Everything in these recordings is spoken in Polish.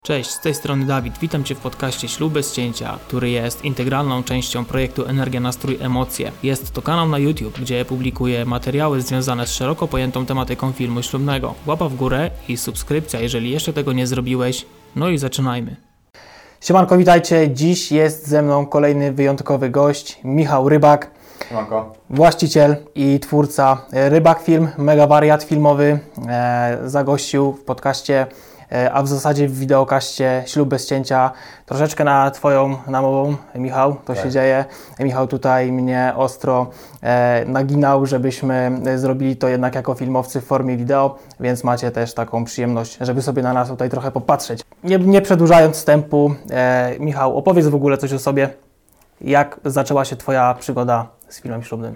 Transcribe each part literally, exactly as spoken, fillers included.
Cześć, z tej strony Dawid. Witam Cię w podcaście Ślub bez cięcia, który jest integralną częścią projektu Energia, Nastrój, Emocje. Jest to kanał na YouTube, gdzie publikuję materiały związane z szeroko pojętą tematyką filmu ślubnego. Łapa w górę i subskrypcja, jeżeli jeszcze tego nie zrobiłeś. No i zaczynajmy. Siemanko, witajcie. Dziś jest ze mną kolejny wyjątkowy gość, Michał Rybak. Siemanko. Właściciel i twórca Rybak Film, mega wariat filmowy. E, zagościł w podcaście, a w zasadzie w wideokaście Ślub bez cięcia. Troszeczkę na Twoją namową, Michał, to tak się dzieje. Michał tutaj mnie ostro e, naginał, żebyśmy zrobili to jednak jako filmowcy w formie wideo, więc macie też taką przyjemność, żeby sobie na nas tutaj trochę popatrzeć. Nie, nie przedłużając wstępu, e, Michał, opowiedz w ogóle coś o sobie. Jak zaczęła się Twoja przygoda z filmem ślubnym?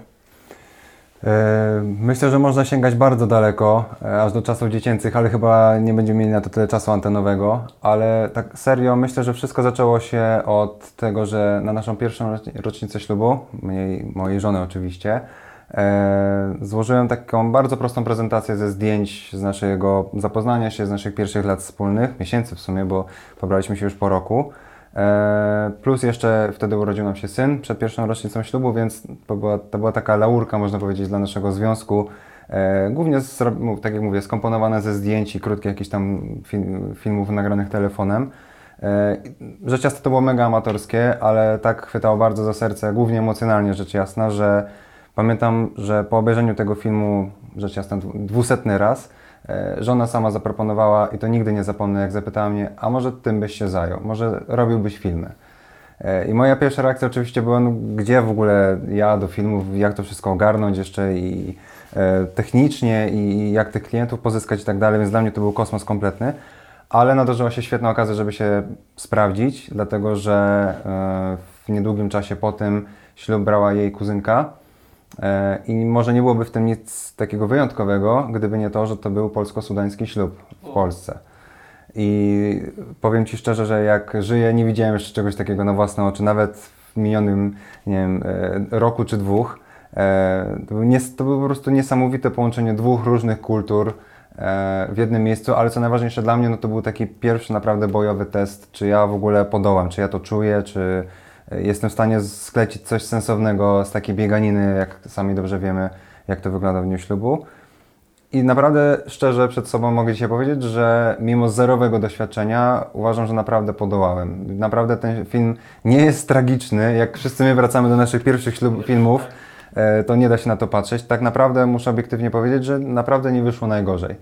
Myślę, że można sięgać bardzo daleko, aż do czasów dziecięcych, ale chyba nie będziemy mieli na to tyle czasu antenowego. Ale tak serio, myślę, że wszystko zaczęło się od tego, że na naszą pierwszą rocznicę ślubu, mojej, mojej żony oczywiście, e, złożyłem taką bardzo prostą prezentację ze zdjęć z naszego zapoznania się, z naszych pierwszych lat wspólnych, miesięcy w sumie, bo pobraliśmy się już po roku. Plus jeszcze wtedy urodził nam się syn przed pierwszą rocznicą ślubu, więc to była, to była taka laurka, można powiedzieć, dla naszego związku. E, głównie, z, tak jak mówię, skomponowane ze zdjęć i krótkich jakichś tam film, filmów nagranych telefonem. E, rzecz jasna to było mega amatorskie, ale tak chwytało bardzo za serce, głównie emocjonalnie rzecz jasna, że pamiętam, że po obejrzeniu tego filmu, rzecz jasna, dwusetny raz, żona sama zaproponowała, i to nigdy nie zapomnę, jak zapytała mnie, a może tym byś się zajął, może robiłbyś filmy. I moja pierwsza reakcja oczywiście była, no, gdzie w ogóle ja do filmów, jak to wszystko ogarnąć jeszcze i e, technicznie i jak tych klientów pozyskać i tak dalej, więc dla mnie to był kosmos kompletny. Ale nadarzyła się świetna okazja, żeby się sprawdzić, dlatego że e, w niedługim czasie po tym ślub brała jej kuzynka. I może nie byłoby w tym nic takiego wyjątkowego, gdyby nie to, że to był polsko-sudański ślub w Polsce. I powiem Ci szczerze, że jak żyję, nie widziałem jeszcze czegoś takiego na własne oczy, nawet w minionym, nie wiem, roku czy dwóch. To było, nie, to było po prostu niesamowite połączenie dwóch różnych kultur w jednym miejscu, ale co najważniejsze dla mnie, no to był taki pierwszy naprawdę bojowy test, czy ja w ogóle podołam, czy ja to czuję, czy jestem w stanie sklecić coś sensownego z takiej bieganiny, jak sami dobrze wiemy, jak to wygląda w dniu ślubu. I naprawdę szczerze przed sobą mogę dzisiaj powiedzieć, że mimo zerowego doświadczenia uważam, że naprawdę podołałem. Naprawdę ten film nie jest tragiczny. Jak wszyscy my wracamy do naszych pierwszych ślub, filmów, to nie da się na to patrzeć. Tak naprawdę muszę obiektywnie powiedzieć, że naprawdę nie wyszło najgorzej.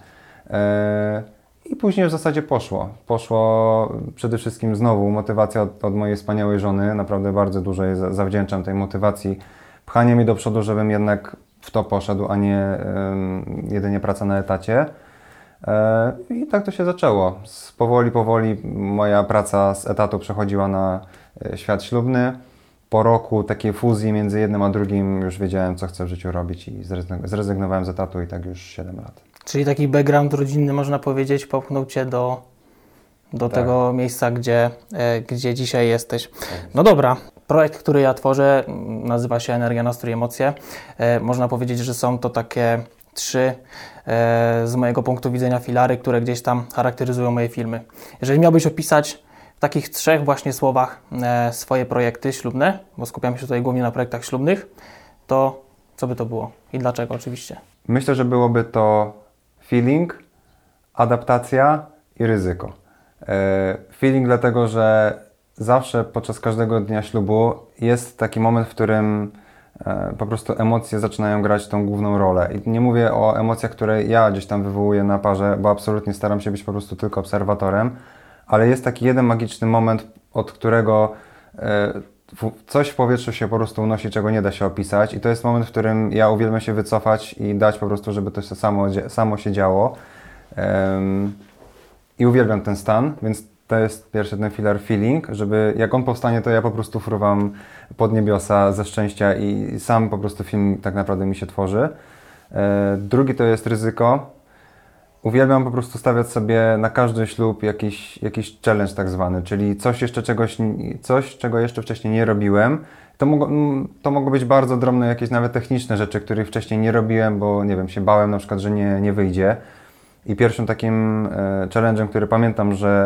I później w zasadzie poszło. Poszło przede wszystkim znowu motywacja od, od mojej wspaniałej żony. Naprawdę bardzo dużo jej zawdzięczam tej motywacji. Pchanie mnie do przodu, żebym jednak w to poszedł, a nie um, jedynie praca na etacie. E, I tak to się zaczęło. Z powoli, powoli moja praca z etatu przechodziła na e, świat ślubny. Po roku takiej fuzji między jednym a drugim już wiedziałem, co chcę w życiu robić i zrezygnowałem z etatu i tak już siedem lat. Czyli taki background rodzinny, można powiedzieć, popchnął Cię do, do tak. tego miejsca, gdzie, e, gdzie dzisiaj jesteś. No dobra, projekt, który ja tworzę, nazywa się Energia, Nastrój, Emocje. E, można powiedzieć, że są to takie trzy e, z mojego punktu widzenia filary, które gdzieś tam charakteryzują moje filmy. Jeżeli miałbyś opisać w takich trzech właśnie słowach e, swoje projekty ślubne, bo skupiam się tutaj głównie na projektach ślubnych, to co by to było i dlaczego oczywiście? Myślę, że byłoby to feeling, adaptacja i ryzyko. Feeling dlatego, że zawsze podczas każdego dnia ślubu jest taki moment, w którym po prostu emocje zaczynają grać tą główną rolę. I nie mówię o emocjach, które ja gdzieś tam wywołuję na parze, bo absolutnie staram się być po prostu tylko obserwatorem, ale jest taki jeden magiczny moment, od którego coś w powietrzu się po prostu unosi, czego nie da się opisać, i to jest moment, w którym ja uwielbiam się wycofać i dać po prostu, żeby to się samo, samo się działo. Um, I uwielbiam ten stan, więc to jest pierwszy ten filar feeling, żeby jak on powstanie, to ja po prostu fruwam pod niebiosa ze szczęścia i sam po prostu film tak naprawdę mi się tworzy. E, drugi to jest ryzyko. Uwielbiam po prostu stawiać sobie na każdy ślub jakiś, jakiś challenge tak zwany, czyli coś jeszcze czegoś, coś, czego jeszcze wcześniej nie robiłem. To, mogło, to mogą być bardzo drobne, jakieś nawet techniczne rzeczy, których wcześniej nie robiłem, bo nie wiem, się bałem na przykład, że nie, nie wyjdzie. I pierwszym takim e, challenge'em, który pamiętam, że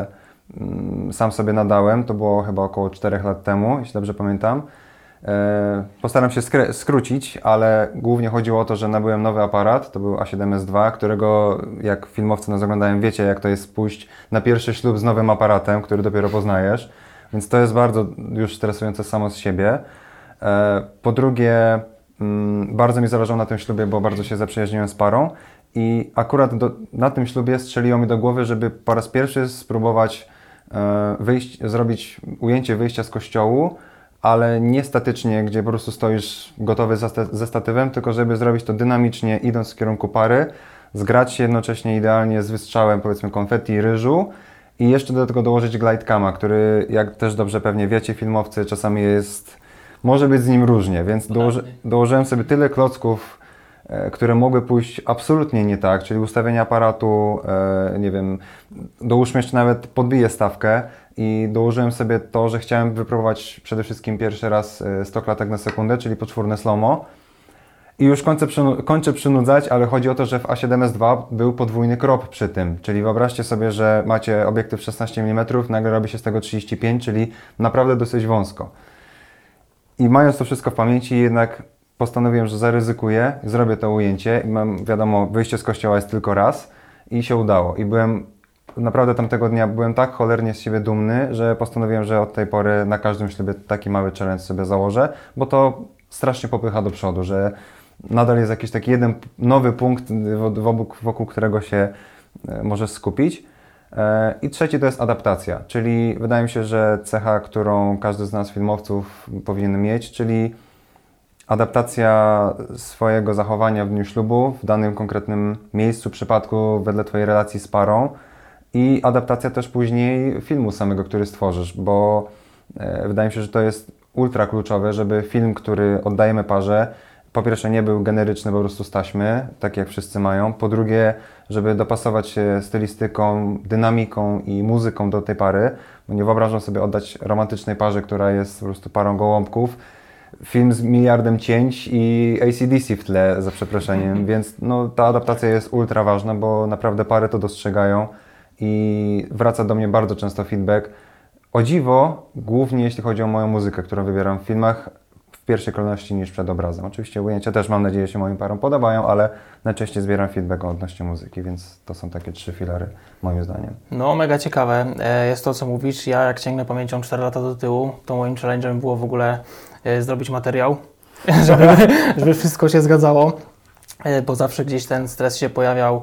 sam sobie nadałem, to było chyba około czterech lat temu, jeśli dobrze pamiętam. Postaram się skr- skrócić, ale głównie chodziło o to, że nabyłem nowy aparat, to był A siedem S dwa, którego jak filmowcy nas oglądają, wiecie jak to jest pójść na pierwszy ślub z nowym aparatem, który dopiero poznajesz, więc to jest bardzo już stresujące samo z siebie. Po drugie, bardzo mi zależało na tym ślubie, bo bardzo się zaprzyjaźniłem z parą i akurat do, na tym ślubie strzeliło mi do głowy, żeby po raz pierwszy spróbować wyjść, zrobić ujęcie wyjścia z kościołu, ale nie statycznie, gdzie po prostu stoisz gotowy ze statywem, tylko żeby zrobić to dynamicznie, idąc w kierunku pary, zgrać się jednocześnie idealnie z wystrzałem, powiedzmy, konfetti, ryżu i jeszcze do tego dołożyć glidecama, który, jak też dobrze pewnie wiecie, filmowcy, czasami jest, może być z nim różnie, więc dołoży, dołożyłem sobie tyle klocków, e, które mogły pójść absolutnie nie tak, czyli ustawienie aparatu, e, nie wiem, dołóżmy jeszcze nawet podbiję stawkę, i dołożyłem sobie to, że chciałem wypróbować przede wszystkim pierwszy raz sto klatek na sekundę, czyli poczwórne slow-mo. I już kończę, przynu- kończę przynudzać, ale chodzi o to, że w A siedem S dwa był podwójny crop przy tym. Czyli wyobraźcie sobie, że macie obiektyw szesnaście milimetrów, nagle robi się z tego trzydzieści pięć, czyli naprawdę dosyć wąsko. I mając to wszystko w pamięci, jednak postanowiłem, że zaryzykuję, zrobię to ujęcie. I mam, wiadomo, wyjście z kościoła jest tylko raz i się udało. I byłem Naprawdę tamtego dnia byłem tak cholernie z siebie dumny, że postanowiłem, że od tej pory na każdym ślubie taki mały challenge sobie założę, bo to strasznie popycha do przodu, że nadal jest jakiś taki jeden nowy punkt, wokół, wokół którego się możesz skupić. I trzeci to jest adaptacja, czyli wydaje mi się, że cecha, którą każdy z nas filmowców powinien mieć, czyli adaptacja swojego zachowania w dniu ślubu, w danym konkretnym miejscu, przypadku, wedle Twojej relacji z parą, i adaptacja też później filmu samego, który stworzysz, bo e, wydaje mi się, że to jest ultra kluczowe, żeby film, który oddajemy parze, po pierwsze nie był generyczny po prostu z taśmy, tak jak wszyscy mają, po drugie, żeby dopasować się stylistyką, dynamiką i muzyką do tej pary, bo nie wyobrażam sobie oddać romantycznej parze, która jest po prostu parą gołąbków, film z miliardem cięć i A C D C w tle, za przeproszeniem, więc no, ta adaptacja jest ultra ważna, bo naprawdę pary to dostrzegają. I wraca do mnie bardzo często feedback. O dziwo, głównie jeśli chodzi o moją muzykę, którą wybieram w filmach, w pierwszej kolejności niż przed obrazem. Oczywiście ujęcia też, mam nadzieję, się moim parom podobają, ale najczęściej zbieram feedback odnośnie muzyki, więc to są takie trzy filary, moim zdaniem. No, mega ciekawe jest to, co mówisz. Ja jak sięgnę pamięcią cztery lata do tyłu, to moim challenge'em było w ogóle zrobić materiał, żeby, żeby wszystko się zgadzało. Bo zawsze gdzieś ten stres się pojawiał,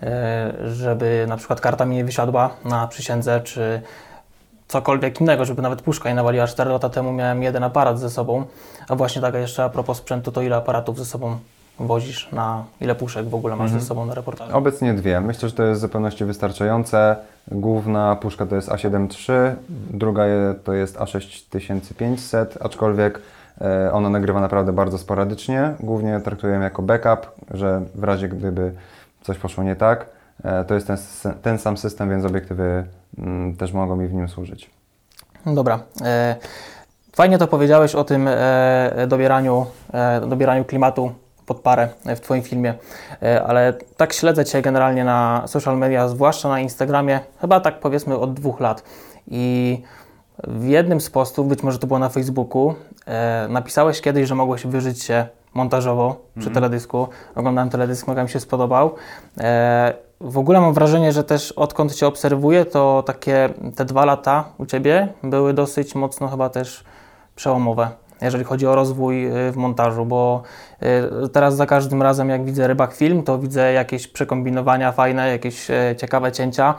żeby na przykład karta mi nie wysiadła na przysiędze, czy cokolwiek innego, żeby nawet puszka nie nawaliła. cztery lata temu miałem jeden aparat ze sobą, a właśnie tak jeszcze a propos sprzętu, to ile aparatów ze sobą wozisz, na ile puszek w ogóle masz mhm. ze sobą na reportażu? Obecnie dwie. Myślę, że to jest w zupełności wystarczające. Główna puszka to jest A siedem trzy, druga to jest A sześć tysięcy pięćset, aczkolwiek ona nagrywa naprawdę bardzo sporadycznie. Głównie traktuję ją jako backup, że w razie gdyby coś poszło nie tak, to jest ten, ten sam system, więc obiektywy mm, też mogą mi w nim służyć. Dobra. E, fajnie to powiedziałeś o tym e, dobieraniu, e, dobieraniu klimatu pod parę w Twoim filmie, e, ale tak śledzę Cię generalnie na social media, zwłaszcza na Instagramie, chyba tak powiedzmy od dwóch lat. I w jednym z postów, być może to było na Facebooku, e, napisałeś kiedyś, że mogłeś wyżyć się montażowo przy mm. teledysku. Oglądałem teledysk, mega mi się spodobał. E, w ogóle mam wrażenie, że też odkąd Cię obserwuję, to takie te dwa lata u Ciebie były dosyć mocno chyba też przełomowe, jeżeli chodzi o rozwój w montażu, bo teraz za każdym razem jak widzę Rybak Film, to widzę jakieś przekombinowania fajne, jakieś ciekawe cięcia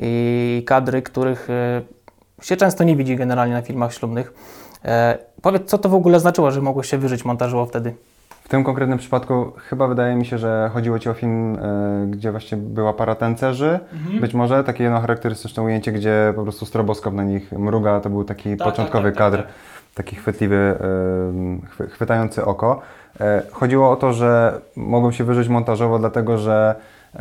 i kadry, których się często nie widzi generalnie na filmach ślubnych. E, powiedz, co to w ogóle znaczyło, że mogłeś się wyżyć montażowo wtedy? W tym konkretnym przypadku chyba wydaje mi się, że chodziło Ci o film, y, gdzie właśnie była para tancerzy. Mhm. Być może takie jedno charakterystyczne ujęcie, gdzie po prostu stroboskop na nich mruga. To był taki tak, początkowy tak, tak, kadr, tak, tak. taki chwytliwy, y, chwytający oko. Y, chodziło o to, że mogłem się wyżyć montażowo, dlatego że y,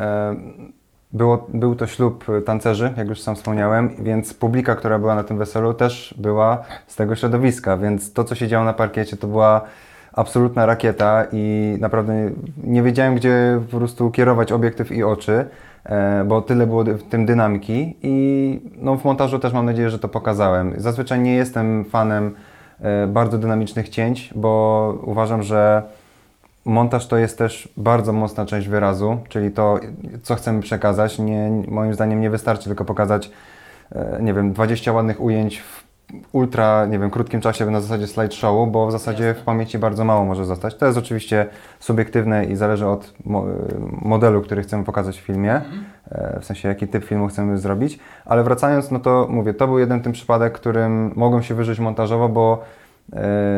Było, był to ślub tancerzy, jak już sam wspomniałem, więc publika, która była na tym weselu, też była z tego środowiska, więc to, co się działo na parkiecie, to była absolutna rakieta i naprawdę nie wiedziałem, gdzie po prostu kierować obiektyw i oczy. bo tyle było w tym dynamiki i no, w montażu też mam nadzieję, że to pokazałem. Zazwyczaj nie jestem fanem bardzo dynamicznych cięć, bo uważam, że montaż to jest też bardzo mocna część wyrazu, czyli to, co chcemy przekazać. Nie, moim zdaniem nie wystarczy tylko pokazać, nie wiem, dwadzieścia ładnych ujęć w ultra, nie wiem, krótkim czasie na zasadzie slideshowu, bo w zasadzie Jasne. w pamięci bardzo mało może zostać. To jest oczywiście subiektywne i zależy od mo modelu, który chcemy pokazać w filmie, mhm. w sensie jaki typ filmu chcemy zrobić, ale wracając, no to mówię, to był jeden ten przypadek, którym mogłem się wyżyć montażowo, bo yy,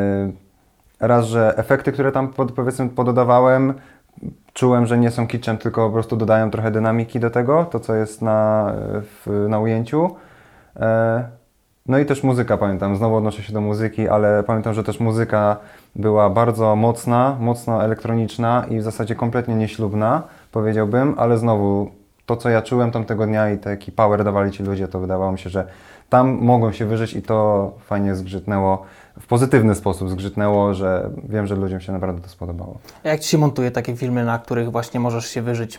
raz, że efekty, które tam pod, powiedzmy pododawałem, czułem, że nie są kitschem, tylko po prostu dodają trochę dynamiki do tego, to co jest na, w, na ujęciu. E, no i też muzyka, pamiętam, znowu odnoszę się do muzyki, ale pamiętam, że też muzyka była bardzo mocna, mocno elektroniczna i w zasadzie kompletnie nieślubna, powiedziałbym, ale znowu to, co ja czułem tamtego dnia i taki power dawali ci ludzie, to wydawało mi się, że tam mogą się wyżyć i to fajnie zgrzytnęło, w pozytywny sposób zgrzytnęło, że wiem, że ludziom się naprawdę to spodobało. A jak Ci się montuje takie filmy, na których właśnie możesz się wyżyć?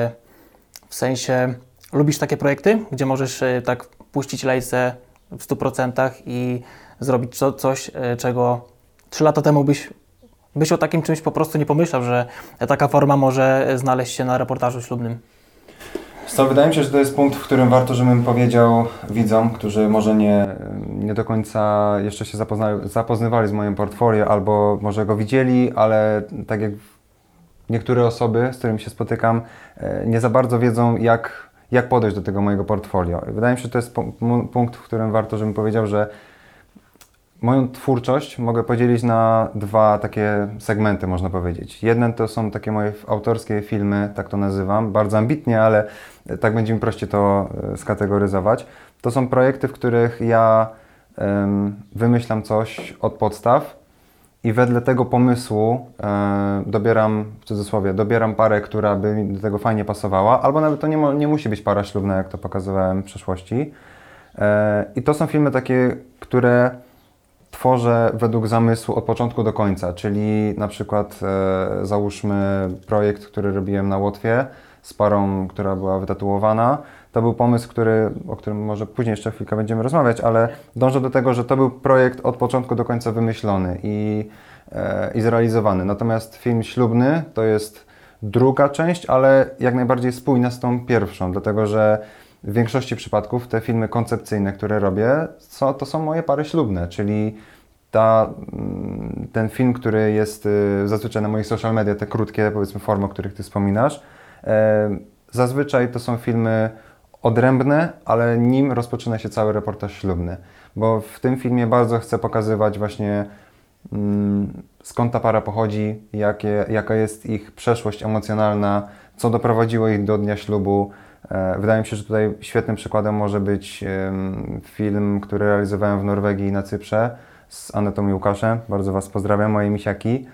W sensie, lubisz takie projekty, gdzie możesz tak puścić lejce w stu procentach i zrobić co, coś, czego trzy lata temu byś, byś o takim czymś po prostu nie pomyślał, że taka forma może znaleźć się na reportażu ślubnym? Co, wydaje mi się, że to jest punkt, w którym warto, żebym powiedział widzom, którzy może nie, nie do końca jeszcze się zapoznali, zapoznawali z moim portfolio albo może go widzieli, ale tak jak niektóre osoby, z którymi się spotykam, nie za bardzo wiedzą, jak, jak podejść do tego mojego portfolio. Wydaje mi się, że to jest punkt, w którym warto, żebym powiedział, że moją twórczość mogę podzielić na dwa takie segmenty, można powiedzieć. Jeden to są takie moje autorskie filmy, tak to nazywam, bardzo ambitnie, ale tak będzie mi prościej to skategoryzować. To są projekty, w których ja um, wymyślam coś od podstaw i wedle tego pomysłu e, dobieram, w cudzysłowie, dobieram parę, która by mi do tego fajnie pasowała, albo nawet to nie, nie musi być para ślubna, jak to pokazywałem w przeszłości. E, I to są filmy takie, które tworzę według zamysłu od początku do końca, czyli na przykład e, załóżmy projekt, który robiłem na Łotwie z parą, która była wytatuowana. To był pomysł, który, o którym może później jeszcze chwilkę będziemy rozmawiać, ale dążę do tego, że to był projekt od początku do końca wymyślony i, e, i zrealizowany. Natomiast film ślubny to jest druga część, ale jak najbardziej spójna z tą pierwszą, dlatego że w większości przypadków te filmy koncepcyjne, które robię, co, to są moje pary ślubne, czyli ta, ten film, który jest zazwyczaj na moich social media, te krótkie, powiedzmy, formy, o których Ty wspominasz, zazwyczaj to są filmy odrębne, ale nim rozpoczyna się cały reportaż ślubny, bo w tym filmie bardzo chcę pokazywać właśnie skąd ta para pochodzi, jakie, jaka jest ich przeszłość emocjonalna, co doprowadziło ich do dnia ślubu. Wydaje mi się, że tutaj świetnym przykładem może być film, który realizowałem w Norwegii i na Cyprze z Anetą i Łukaszem. Bardzo Was pozdrawiam, moje misiaki.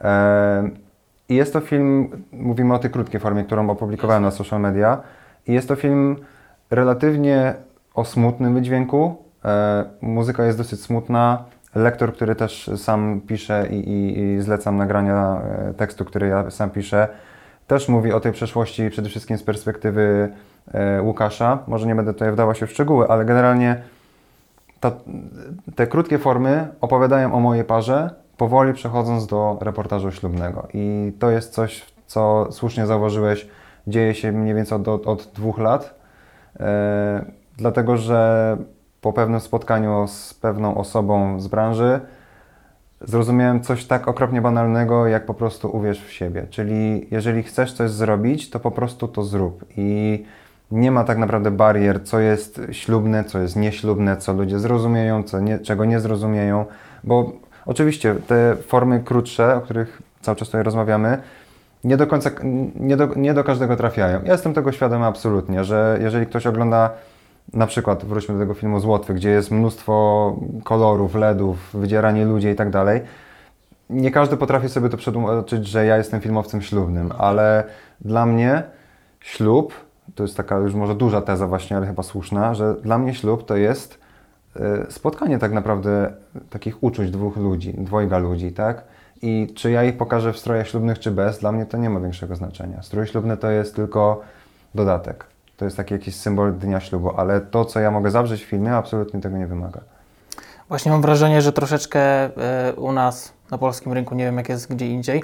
I jest to film, mówimy o tej krótkiej formie, którą opublikowałem na social media. I jest to film relatywnie o smutnym wydźwięku. Muzyka jest dosyć smutna. Lektor, który też sam pisze i, i, i zlecam nagrania tekstu, który ja sam piszę, też mówi o tej przeszłości przede wszystkim z perspektywy e, Łukasza. Może nie będę tutaj wdawał się w szczegóły, ale generalnie ta, te krótkie formy opowiadają o mojej parze, powoli przechodząc do reportażu ślubnego. I to jest coś, co słusznie zauważyłeś, dzieje się mniej więcej od, od, od dwóch lat, e, dlatego że po pewnym spotkaniu z pewną osobą z branży zrozumiałem coś tak okropnie banalnego, jak po prostu uwierz w siebie. Czyli jeżeli chcesz coś zrobić, to po prostu to zrób. I nie ma tak naprawdę barier, co jest ślubne, co jest nieślubne, co ludzie zrozumieją, co nie, czego nie zrozumieją. Bo oczywiście te formy krótsze, o których cały czas tutaj rozmawiamy, nie do końca, nie do, nie do każdego trafiają. Ja jestem tego świadomy absolutnie, że jeżeli ktoś ogląda na przykład, wróćmy do tego filmu z Łotwy, gdzie jest mnóstwo kolorów, ledów, wydzieranie ludzi i tak dalej. Nie każdy potrafi sobie to przetłumaczyć, że ja jestem filmowcem ślubnym, ale dla mnie ślub, to jest taka już może duża teza właśnie, ale chyba słuszna, że dla mnie ślub to jest spotkanie tak naprawdę takich uczuć dwóch ludzi, dwojga ludzi, tak? I czy ja ich pokażę w strojach ślubnych, czy bez, dla mnie to nie ma większego znaczenia. Strój ślubny to jest tylko dodatek. To jest taki jakiś symbol dnia ślubu, ale to, co ja mogę zawrzeć w filmie, absolutnie tego nie wymaga. Właśnie mam wrażenie, że troszeczkę u nas na polskim rynku, nie wiem jak jest gdzie indziej,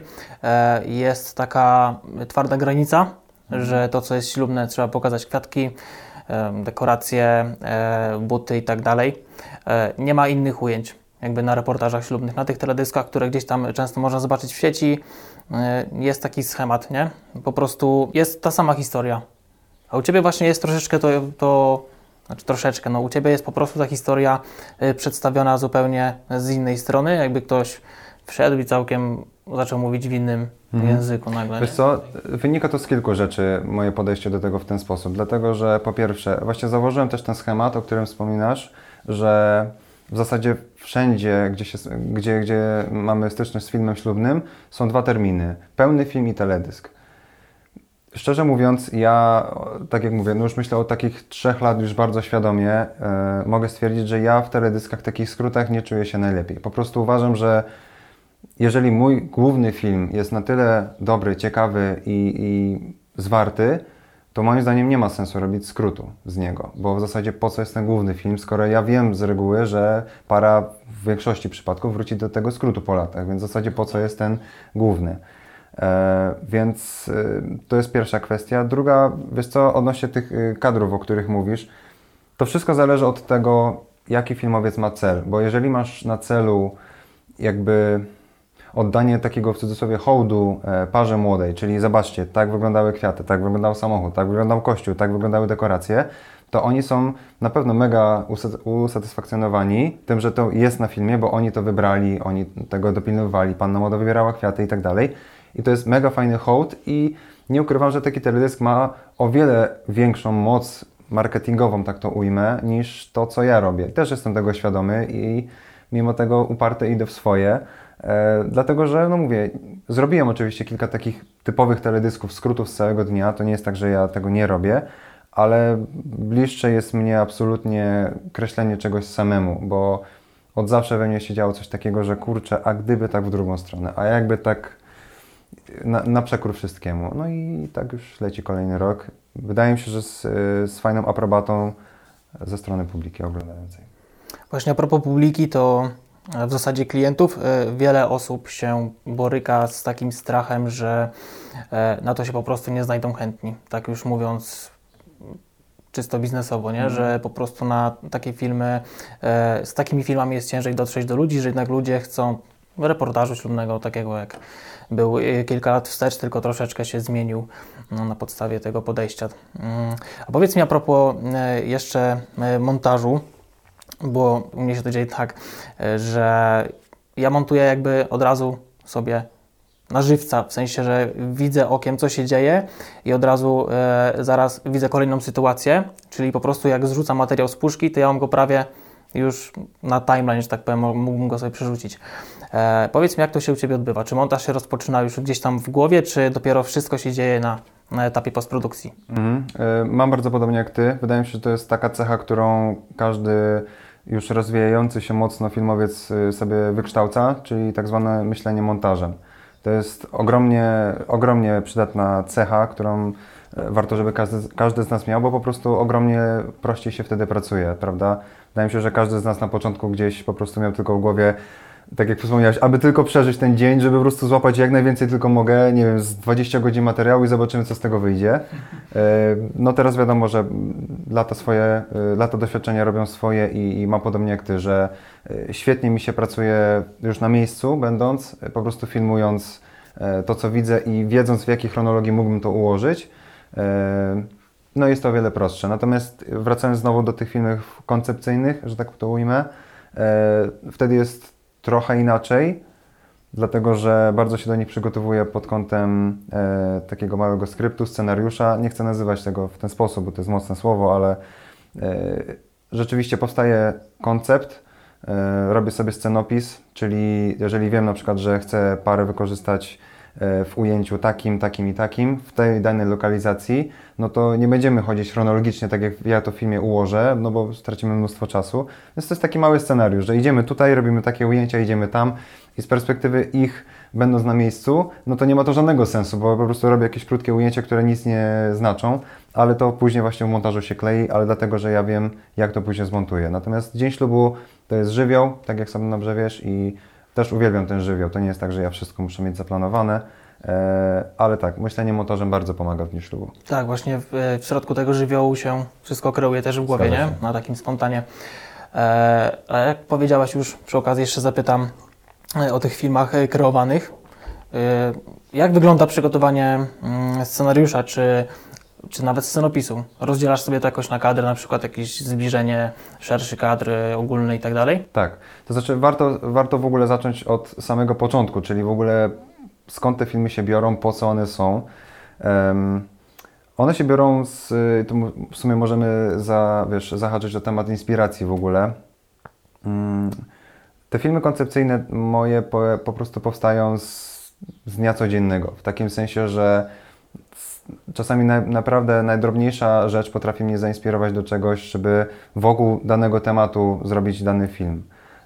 jest taka twarda granica, mhm. że to, co jest ślubne, trzeba pokazać kwiatki, dekoracje, buty i tak dalej. Nie ma innych ujęć jakby na reportażach ślubnych, na tych teledyskach, które gdzieś tam często można zobaczyć w sieci. Jest taki schemat, nie? Po prostu jest ta sama historia. A u Ciebie właśnie jest troszeczkę to, to znaczy troszeczkę, no u Ciebie jest po prostu ta historia y, przedstawiona zupełnie z innej strony, jakby ktoś wszedł i całkiem zaczął mówić w innym mhm. języku nagle. Wiesz co, wynika to z kilku rzeczy, moje podejście do tego w ten sposób, dlatego że po pierwsze, właśnie zauważyłem też ten schemat, o którym wspominasz, że w zasadzie wszędzie, gdzie, się, gdzie, gdzie mamy styczność z filmem ślubnym, są dwa terminy, pełny film i teledysk. Szczerze mówiąc, ja, tak jak mówię, no już myślę o takich trzech lat już bardzo świadomie, e, mogę stwierdzić, że ja w teledyskach, takich skrótach nie czuję się najlepiej. Po prostu uważam, że jeżeli mój główny film jest na tyle dobry, ciekawy i, i zwarty, to moim zdaniem nie ma sensu robić skrótu z niego, bo w zasadzie po co jest ten główny film, skoro ja wiem z reguły, że para w większości przypadków wróci do tego skrótu po latach, więc w zasadzie po co jest ten główny. E, więc e, to jest pierwsza kwestia. Druga, wiesz co, odnośnie tych y, kadrów, o których mówisz, to wszystko zależy od tego, jaki filmowiec ma cel, bo jeżeli masz na celu jakby oddanie takiego w cudzysłowie hołdu e, parze młodej, czyli zobaczcie, tak wyglądały kwiaty, tak wyglądał samochód, tak wyglądał kościół, tak wyglądały dekoracje, to oni są na pewno mega usatysfakcjonowani tym, że to jest na filmie, bo oni to wybrali, oni tego dopilnowali, panna młoda wybierała kwiaty i tak dalej. I to jest mega fajny hołd i nie ukrywam, że taki teledysk ma o wiele większą moc marketingową, tak to ujmę, niż to, co ja robię. Też jestem tego świadomy i mimo tego uparty idę w swoje, e, dlatego że, no mówię, zrobiłem oczywiście kilka takich typowych teledysków, skrótów z całego dnia, to nie jest tak, że ja tego nie robię, ale bliższe jest mnie absolutnie kreślenie czegoś samemu, bo od zawsze we mnie się działo coś takiego, że kurczę, a gdyby tak w drugą stronę, a jakby tak na, na przekór wszystkiemu. No i tak już leci kolejny rok. Wydaje mi się, że z, z fajną aprobatą ze strony publiki oglądającej. Właśnie a propos publiki, to w zasadzie klientów, wiele osób się boryka z takim strachem, że na to się po prostu nie znajdą chętni. Tak już mówiąc czysto biznesowo, nie? Mm. Że po prostu na takie filmy, z takimi filmami jest ciężej dotrzeć do ludzi, że jednak ludzie chcą reportażu ślubnego, takiego jak był kilka lat wstecz, tylko troszeczkę się zmienił no, na podstawie tego podejścia. A powiedz mi a propos jeszcze montażu, bo u mnie się to dzieje tak, że ja montuję jakby od razu sobie na żywca, w sensie, że widzę okiem, co się dzieje i od razu e, zaraz widzę kolejną sytuację, czyli po prostu jak zrzucam materiał z puszki, to ja mam go prawie już na timeline, że tak powiem, mógłbym go sobie przerzucić. E, powiedz mi, jak to się u Ciebie odbywa? Czy montaż się rozpoczyna już gdzieś tam w głowie, czy dopiero wszystko się dzieje na, na etapie postprodukcji? Mhm. E, mam bardzo podobnie jak Ty. Wydaje mi się, że to jest taka cecha, którą każdy już rozwijający się mocno filmowiec sobie wykształca, czyli tak zwane myślenie montażem. To jest ogromnie, ogromnie przydatna cecha, którą warto, żeby każdy, każdy z nas miał, bo po prostu ogromnie prościej się wtedy pracuje, prawda? Wydaje mi się, że każdy z nas na początku gdzieś po prostu miał tylko w głowie, tak jak wspomniałeś, aby tylko przeżyć ten dzień, żeby po prostu złapać jak najwięcej tylko mogę, nie wiem, z dwadzieścia godzin materiału i zobaczymy, co z tego wyjdzie. No teraz wiadomo, że lata swoje, lata doświadczenia robią swoje i, i mam podobnie jak Ty, że świetnie mi się pracuje już na miejscu, będąc, po prostu filmując to, co widzę i wiedząc, w jakiej chronologii mógłbym to ułożyć. No jest to o wiele prostsze. Natomiast wracając znowu do tych filmów koncepcyjnych, że tak to ujmę, wtedy jest trochę inaczej, dlatego że bardzo się do nich przygotowuję pod kątem e, takiego małego skryptu, scenariusza. Nie chcę nazywać tego w ten sposób, bo to jest mocne słowo, ale e, rzeczywiście powstaje koncept, e, robię sobie scenopis, czyli jeżeli wiem na przykład, że chcę parę wykorzystać w ujęciu takim, takim i takim, w tej danej lokalizacji, no to nie będziemy chodzić chronologicznie, tak jak ja to w filmie ułożę, no bo stracimy mnóstwo czasu. Więc to jest taki mały scenariusz, że idziemy tutaj, robimy takie ujęcia, idziemy tam i z perspektywy ich, będąc na miejscu, no to nie ma to żadnego sensu, bo po prostu robię jakieś krótkie ujęcia, które nic nie znaczą, ale to później właśnie w montażu się klei, ale dlatego, że ja wiem, jak to później zmontuję. Natomiast dzień ślubu to jest żywioł, tak jak sam dobrze wiesz, i też uwielbiam ten żywioł. To nie jest tak, że ja wszystko muszę mieć zaplanowane, ale tak, myślenie montażem bardzo pomaga w dniu ślubu. Tak, właśnie w, w środku tego żywiołu się wszystko kreuje też w głowie, nie? Na takim spontanie. E, a jak powiedziałaś już, przy okazji jeszcze zapytam o tych filmach kreowanych. E, jak wygląda przygotowanie mm, scenariusza, czy, czy nawet scenopisu? Rozdzielasz sobie to jakoś na kadry, na przykład jakieś zbliżenie, szerszy kadr, ogólny i tak dalej? Tak, to znaczy warto, warto w ogóle zacząć od samego początku, czyli w ogóle skąd te filmy się biorą, po co one są. Um, one się biorą z, tu w sumie możemy za, wiesz, zahaczyć o temat inspiracji w ogóle. Um, te filmy koncepcyjne moje po, po prostu powstają z, z dnia codziennego, w takim sensie, że czasami na, naprawdę najdrobniejsza rzecz potrafi mnie zainspirować do czegoś, żeby wokół danego tematu zrobić dany film.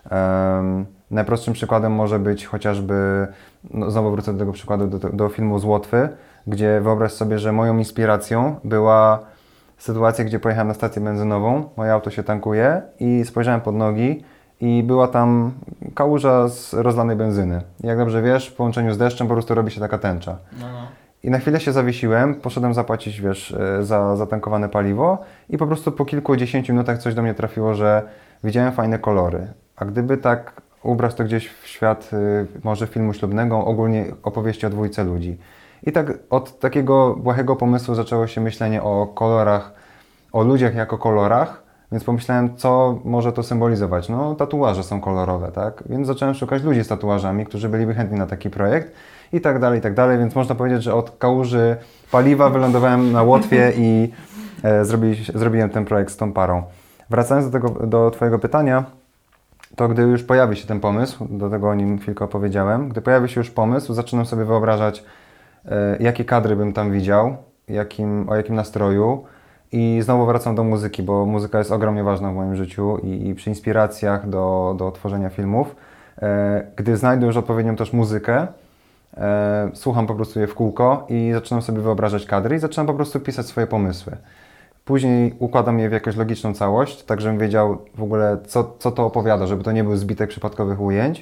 Um, najprostszym przykładem może być chociażby, no znowu wrócę do tego przykładu, do, do filmu z Łotwy, gdzie wyobraź sobie, że moją inspiracją była sytuacja, gdzie pojechałem na stację benzynową, moje auto się tankuje i spojrzałem pod nogi i była tam kałuża z rozlanej benzyny. Jak dobrze wiesz, w połączeniu z deszczem po prostu robi się taka tęcza. No, no. I na chwilę się zawiesiłem, poszedłem zapłacić, wiesz, za zatankowane paliwo i po prostu po kilkudziesięciu minutach coś do mnie trafiło, że widziałem fajne kolory. A gdyby tak ubrać to gdzieś w świat może filmu ślubnego, ogólnie opowieści o dwójce ludzi. I tak od takiego błahego pomysłu zaczęło się myślenie o kolorach, o ludziach jako kolorach, więc pomyślałem, co może to symbolizować. No, tatuaże są kolorowe, tak? Więc zacząłem szukać ludzi z tatuażami, którzy byliby chętni na taki projekt i tak dalej, i tak dalej, więc można powiedzieć, że od kałuży paliwa wylądowałem na Łotwie i e, zrobi, zrobiłem ten projekt z tą parą. Wracając do, tego, do Twojego pytania, to gdy już pojawi się ten pomysł, do tego o nim chwilkę opowiedziałem, gdy pojawi się już pomysł, zaczynam sobie wyobrażać, e, jakie kadry bym tam widział, jakim, o jakim nastroju i znowu wracam do muzyki, bo muzyka jest ogromnie ważna w moim życiu i, i przy inspiracjach do, do tworzenia filmów. E, gdy znajdę już odpowiednią też muzykę, e, słucham po prostu je w kółko i zaczynam sobie wyobrażać kadry i zaczynam po prostu pisać swoje pomysły. Później układam je w jakąś logiczną całość, tak żebym wiedział w ogóle, co, co to opowiada, żeby to nie był zbitek przypadkowych ujęć.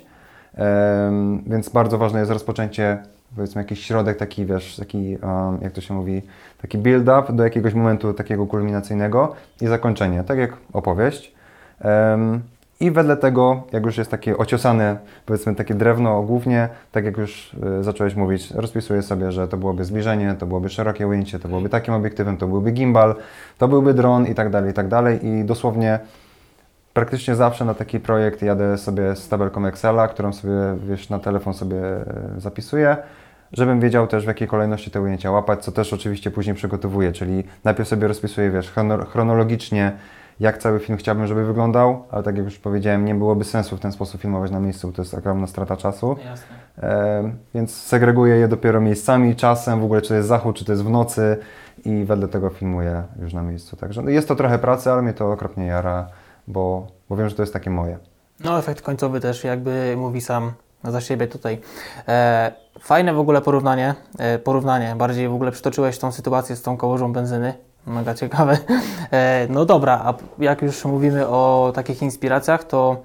Um, więc bardzo ważne jest rozpoczęcie, powiedzmy jakiś środek, taki wiesz, taki, um, jak to się mówi, taki build-up do jakiegoś momentu takiego kulminacyjnego i zakończenie, tak jak opowieść. Um, I wedle tego, jak już jest takie ociosane, powiedzmy takie drewno głównie, tak jak już y, zacząłeś mówić, rozpisuję sobie, że to byłoby zbliżenie, to byłoby szerokie ujęcie, to byłoby takim obiektywem, to byłby gimbal, to byłby dron i tak dalej, i tak dalej. I dosłownie praktycznie zawsze na taki projekt jadę sobie z tabelką Excela, którą sobie, wiesz, na telefon sobie zapisuję, żebym wiedział też, w jakiej kolejności te ujęcia łapać, co też oczywiście później przygotowuję, czyli najpierw sobie rozpisuję, wiesz, chronologicznie, jak cały film chciałbym, żeby wyglądał, ale tak jak już powiedziałem, nie byłoby sensu w ten sposób filmować na miejscu, bo to jest ogromna strata czasu. Jasne. E, więc segreguję je dopiero miejscami, czasem, w ogóle czy to jest zachód, czy to jest w nocy i wedle tego filmuję już na miejscu. Także no, jest to trochę pracy, ale mnie to okropnie jara, bo, bo wiem, że to jest takie moje. No efekt końcowy też jakby mówi sam za siebie tutaj. E, fajne w ogóle porównanie, e, porównanie, bardziej w ogóle przytoczyłeś tą sytuację z tą kałużą benzyny. Mega ciekawe. E, no dobra, a jak już mówimy o takich inspiracjach, to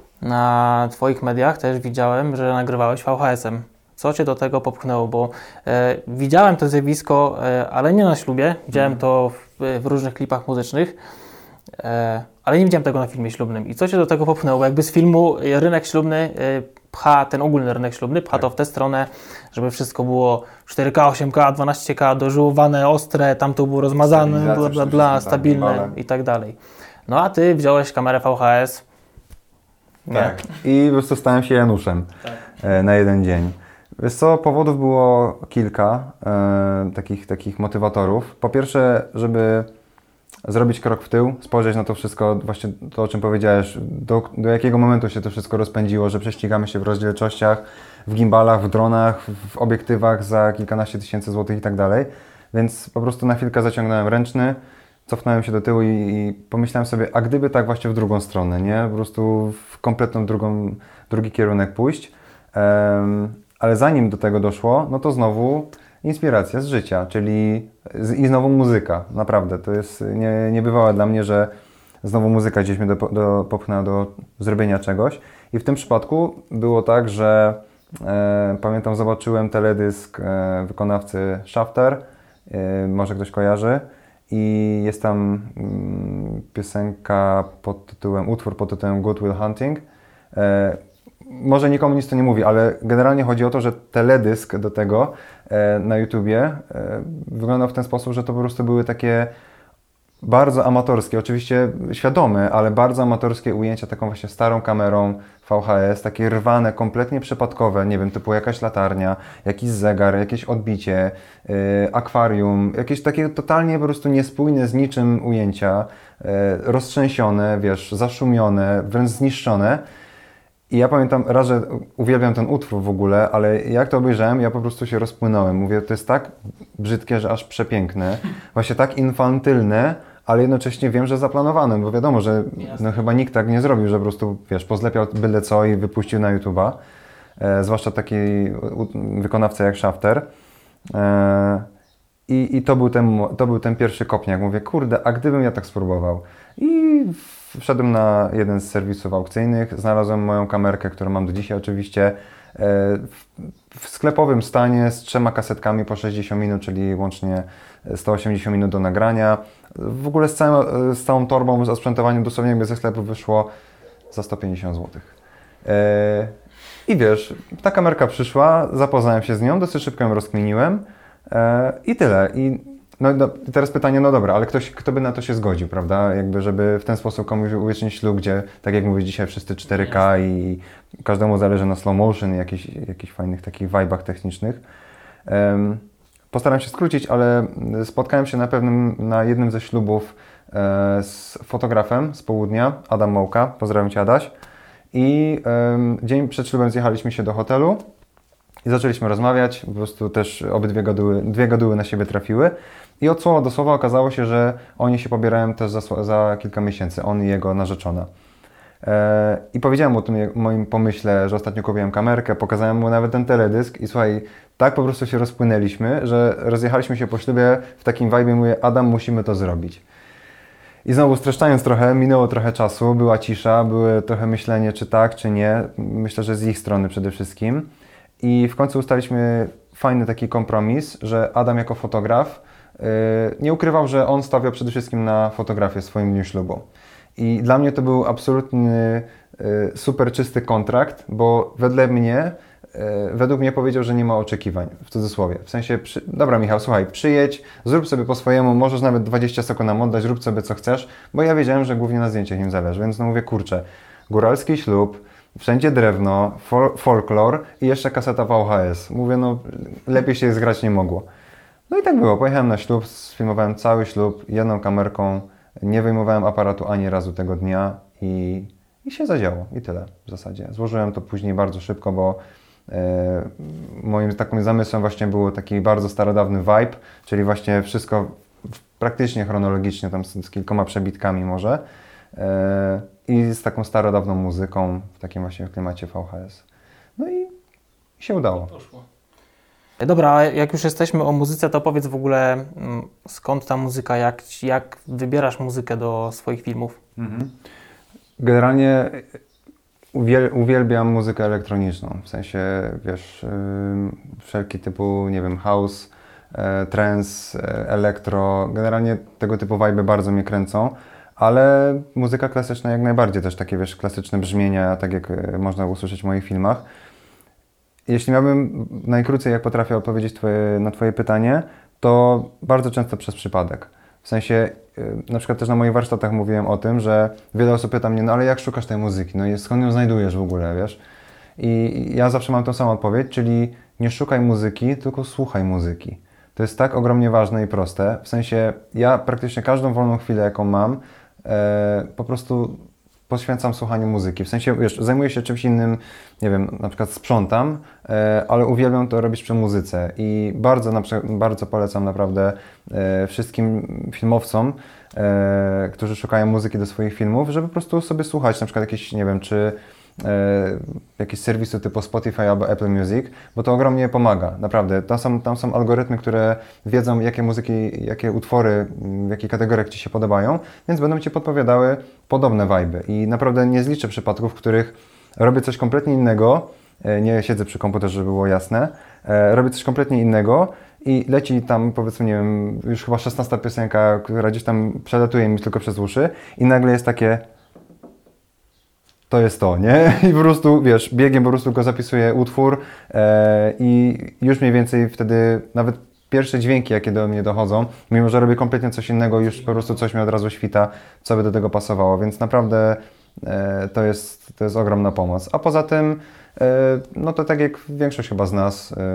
na Twoich mediach też widziałem, że nagrywałeś V H S-em. Co Cię do tego popchnęło? Bo e, widziałem to zjawisko, e, ale nie na ślubie. Widziałem mm. to w, w różnych klipach muzycznych, e, ale nie widziałem tego na filmie ślubnym. I co Cię do tego popchnęło? Bo jakby z filmu rynek ślubny e, pcha, ten ogólny rynek ślubny, pcha tak. to w tę stronę, żeby wszystko było cztery K, osiem K, dwanaście K, dożyłowane, ostre, tam to było rozmazane, bla, bla, bla, stabilne tak, i tak dalej. No a Ty wziąłeś kamerę V H S. Nie. Tak. I po prostu stałem się Januszem tak. e, na jeden dzień. Wiesz co, powodów było kilka e, takich, takich motywatorów. Po pierwsze, żeby zrobić krok w tył, spojrzeć na to wszystko, właśnie to, o czym powiedziałeś, do, do jakiego momentu się to wszystko rozpędziło, że prześcigamy się w rozdzielczościach, w gimbalach, w dronach, w obiektywach za kilkanaście tysięcy złotych i tak dalej. Więc po prostu na chwilkę zaciągnąłem ręczny, cofnąłem się do tyłu i, i pomyślałem sobie, a gdyby tak właśnie w drugą stronę, nie? Po prostu w kompletną drugą, drugi kierunek pójść. Um, ale zanim do tego doszło, no to znowu inspiracja z życia, czyli z, i znowu muzyka. Naprawdę, to jest nie, niebywałe dla mnie, że znowu muzyka gdzieś mnie do, do, popchnęła do zrobienia czegoś. I w tym przypadku było tak, że e, pamiętam, zobaczyłem teledysk e, wykonawcy Shafter, e, może ktoś kojarzy, i jest tam mm, piosenka pod tytułem, utwór pod tytułem Good Will Hunting. E, może nikomu nic to nie mówi, ale generalnie chodzi o to, że teledysk do tego e, na YouTubie e, wyglądał w ten sposób, że to po prostu były takie bardzo amatorskie, oczywiście świadome, ale bardzo amatorskie ujęcia taką właśnie starą kamerą V H S, takie rwane, kompletnie przypadkowe, nie wiem, typu jakaś latarnia, jakiś zegar, jakieś odbicie, yy, akwarium, jakieś takie totalnie po prostu niespójne z niczym ujęcia, yy, roztrzęsione, wiesz, zaszumione, wręcz zniszczone. I ja pamiętam raz, że uwielbiam ten utwór w ogóle, ale jak to obejrzałem, ja po prostu się rozpłynąłem. Mówię, to jest tak brzydkie, że aż przepiękne, właśnie tak infantylne, ale jednocześnie wiem, że zaplanowane, bo wiadomo, że no, chyba nikt tak nie zrobił, że po prostu, wiesz, pozlepiał byle co i wypuścił na YouTube'a. E, zwłaszcza taki u, wykonawca jak Shafter. E, i, I to był ten, to był ten pierwszy kopniak. Mówię, kurde, a gdybym ja tak spróbował? I wszedłem na jeden z serwisów aukcyjnych, znalazłem moją kamerkę, którą mam do dzisiaj oczywiście, w, w sklepowym stanie z trzema kasetkami po sześćdziesiąt minut, czyli łącznie sto osiemdziesiąt minut do nagrania. W ogóle z całą, z całą torbą, z osprzętowaniem dosłownie jakby ze sklepu wyszło za sto pięćdziesiąt złotych. I wiesz, ta kamerka przyszła, zapoznałem się z nią, dosyć szybko ją rozkminiłem i tyle. I no, no teraz pytanie, no dobra, ale ktoś, kto by na to się zgodził, prawda? Jakby, żeby w ten sposób komuś uwiecznić ślub, gdzie, tak jak mówię, dzisiaj wszyscy cztery K i każdemu zależy na slow motion i jakichś, jakichś fajnych takich vibe'ach technicznych. Um, postaram się skrócić, ale spotkałem się na pewnym, na jednym ze ślubów e, z fotografem z południa, Adam Mołka, pozdrawiam Cię, Adaś. I um, dzień przed ślubem zjechaliśmy się do hotelu i zaczęliśmy rozmawiać, po prostu też obydwie gaduły, dwie gaduły na siebie trafiły. I od słowa do słowa okazało się, że oni się pobierają też za, za kilka miesięcy, on i jego narzeczona. E, I powiedziałem mu o tym moim pomyśle, że ostatnio kupiłem kamerkę, pokazałem mu nawet ten teledysk i słuchaj, tak po prostu się rozpłynęliśmy, że rozjechaliśmy się po ślubie w takim vibe'ie, mówię, Adam, musimy to zrobić. I znowu streszczając trochę, minęło trochę czasu, była cisza, było trochę myślenie, czy tak, czy nie. Myślę, że z ich strony przede wszystkim. I w końcu ustaliliśmy fajny taki kompromis, że Adam jako fotograf yy, nie ukrywał, że on stawiał przede wszystkim na fotografię w swoim dniu ślubu. I dla mnie to był absolutny yy, super czysty kontrakt, bo wedle mnie, yy, według mnie powiedział, że nie ma oczekiwań, w cudzysłowie. W sensie, przy... dobra Michał, słuchaj, przyjedź, zrób sobie po swojemu, możesz nawet dwadzieścia sekund nam oddać, zrób sobie co chcesz, bo ja wiedziałem, że głównie na zdjęciach im zależy, więc no mówię, kurczę, góralski ślub, wszędzie drewno, fol folklor i jeszcze kaseta V H S. Mówię, no lepiej się zgrać nie mogło. No i tak było. Pojechałem na ślub, sfilmowałem cały ślub jedną kamerką, nie wyjmowałem aparatu ani razu tego dnia i, i się zadziało. I tyle w zasadzie. Złożyłem to później bardzo szybko, bo e, moim takim zamysłem właśnie był taki bardzo starodawny vibe, czyli właśnie wszystko praktycznie chronologicznie, tam z, z kilkoma przebitkami może. E, I z taką starodawną muzyką, w takim właśnie klimacie V H S. No i się udało. Dobra, jak już jesteśmy o muzyce, to powiedz w ogóle, skąd ta muzyka, jak, jak wybierasz muzykę do swoich filmów? Mhm. Generalnie uwiel uwielbiam muzykę elektroniczną, w sensie, wiesz, yy, wszelki typu, nie wiem, house, e, trance, e, elektro, generalnie tego typu vibe bardzo mnie kręcą. Ale muzyka klasyczna jak najbardziej, też takie, wiesz, klasyczne brzmienia, tak jak można usłyszeć w moich filmach. Jeśli miałbym najkrócej, jak potrafię odpowiedzieć twoje, na Twoje pytanie, to bardzo często przez przypadek. W sensie, na przykład też na moich warsztatach mówiłem o tym, że wiele osób pyta mnie, no ale jak szukasz tej muzyki, no i skąd ją znajdujesz w ogóle, wiesz? I ja zawsze mam tą samą odpowiedź, czyli nie szukaj muzyki, tylko słuchaj muzyki. To jest tak ogromnie ważne i proste. W sensie ja praktycznie każdą wolną chwilę, jaką mam, e, po prostu poświęcam słuchaniu muzyki. W sensie, wiesz, zajmuję się czymś innym, nie wiem, na przykład sprzątam, e, ale uwielbiam to robić przy muzyce i bardzo, na przykład, bardzo polecam naprawdę e, wszystkim filmowcom, e, którzy szukają muzyki do swoich filmów, żeby po prostu sobie słuchać, na przykład jakieś, nie wiem, czy e, jakieś serwisy typu Spotify albo Apple Music, bo to ogromnie pomaga, naprawdę. Tam są, tam są algorytmy, które wiedzą, jakie muzyki, jakie utwory, w jakich kategoriach Ci się podobają, więc będą Ci podpowiadały podobne vibe'y. I naprawdę nie zliczę przypadków, w których robię coś kompletnie innego, nie siedzę przy komputerze, żeby było jasne, robię coś kompletnie innego i leci tam, powiedzmy, nie wiem, już chyba szesnasta piosenka, która gdzieś tam przelatuje mi tylko przez uszy i nagle jest takie, to jest to, nie? I po prostu, wiesz, biegiem po prostu go zapisuję utwór e, i już mniej więcej wtedy nawet pierwsze dźwięki, jakie do mnie dochodzą, mimo że robię kompletnie coś innego, już po prostu coś mi od razu świta, co by do tego pasowało, więc naprawdę e, to jest, to jest ogromna pomoc. A poza tym, e, no to tak jak większość chyba z nas, e,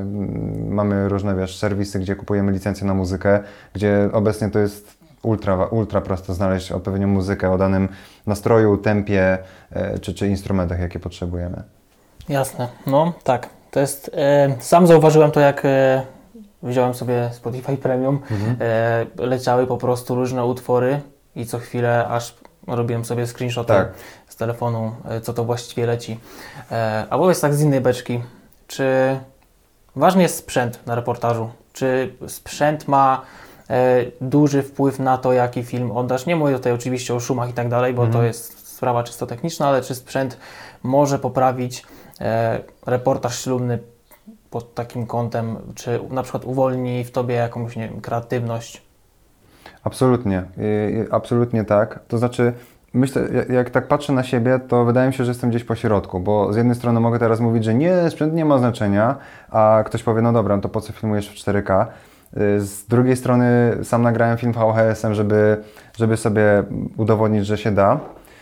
mamy różne, wiesz, serwisy, gdzie kupujemy licencję na muzykę, gdzie obecnie to jest ultra, ultra prosto znaleźć odpowiednią muzykę o danym nastroju, tempie e, czy, czy instrumentach, jakie potrzebujemy. Jasne, no tak. To jest, e, sam zauważyłem to, jak e, wziąłem sobie Spotify Premium, mhm. e, leciały po prostu różne utwory i co chwilę aż robiłem sobie screenshoty tak. z telefonu, e, co to właściwie leci. E, a powiedz tak z innej beczki, czy ważny jest sprzęt na reportażu? Czy sprzęt ma e, duży wpływ na to, jaki film oddasz? Nie mówię tutaj oczywiście o szumach i tak dalej, bo mhm. to jest sprawa czysto techniczna, ale czy sprzęt może poprawić e, reportaż ślubny pod takim kątem, czy na przykład uwolni w Tobie jakąś, nie wiem, kreatywność? Absolutnie, I, absolutnie tak. To znaczy, myślę, jak tak patrzę na siebie, to wydaje mi się, że jestem gdzieś po środku, bo z jednej strony mogę teraz mówić, że nie, sprzęt nie ma znaczenia, a ktoś powie, no dobra, to po co filmujesz w cztery K? Z drugiej strony sam nagrałem film V H S-em, żeby, żeby sobie udowodnić, że się da,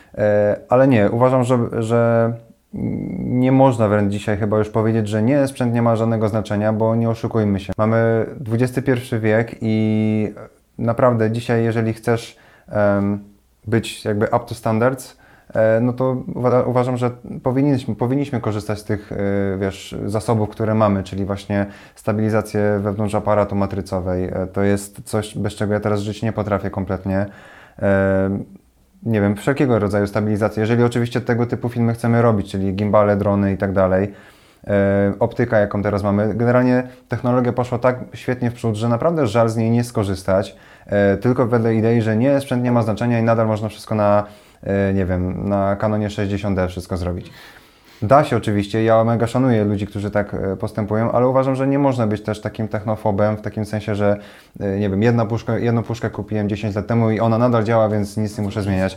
ale nie, uważam, że, że nie można wręcz dzisiaj chyba już powiedzieć, że nie, sprzęt nie ma żadnego znaczenia, bo nie oszukujmy się. Mamy dwudziesty pierwszy wiek i naprawdę dzisiaj, jeżeli chcesz um, być jakby up to standards, e, no to uwa- uważam, że powinniśmy, powinniśmy korzystać z tych, e, wiesz, zasobów, które mamy, czyli właśnie stabilizację wewnątrz aparatu matrycowej. E, to jest coś, bez czego ja teraz żyć nie potrafię kompletnie. E, nie wiem, wszelkiego rodzaju stabilizację, jeżeli oczywiście tego typu filmy chcemy robić, czyli gimbale, drony i tak dalej, e, optyka, jaką teraz mamy. Generalnie technologia poszła tak świetnie w przód, że naprawdę żal z niej nie skorzystać, e, tylko wedle idei, że nie, sprzęt nie ma znaczenia i nadal można wszystko na, e, nie wiem, na Canonie sześćdziesiąt D wszystko zrobić. Da się oczywiście, ja mega szanuję ludzi, którzy tak postępują, ale uważam, że nie można być też takim technofobem, w takim sensie, że nie wiem, jedna puszka, jedną puszkę kupiłem dziesięć lat temu i ona nadal działa, więc nic nie muszę zmieniać.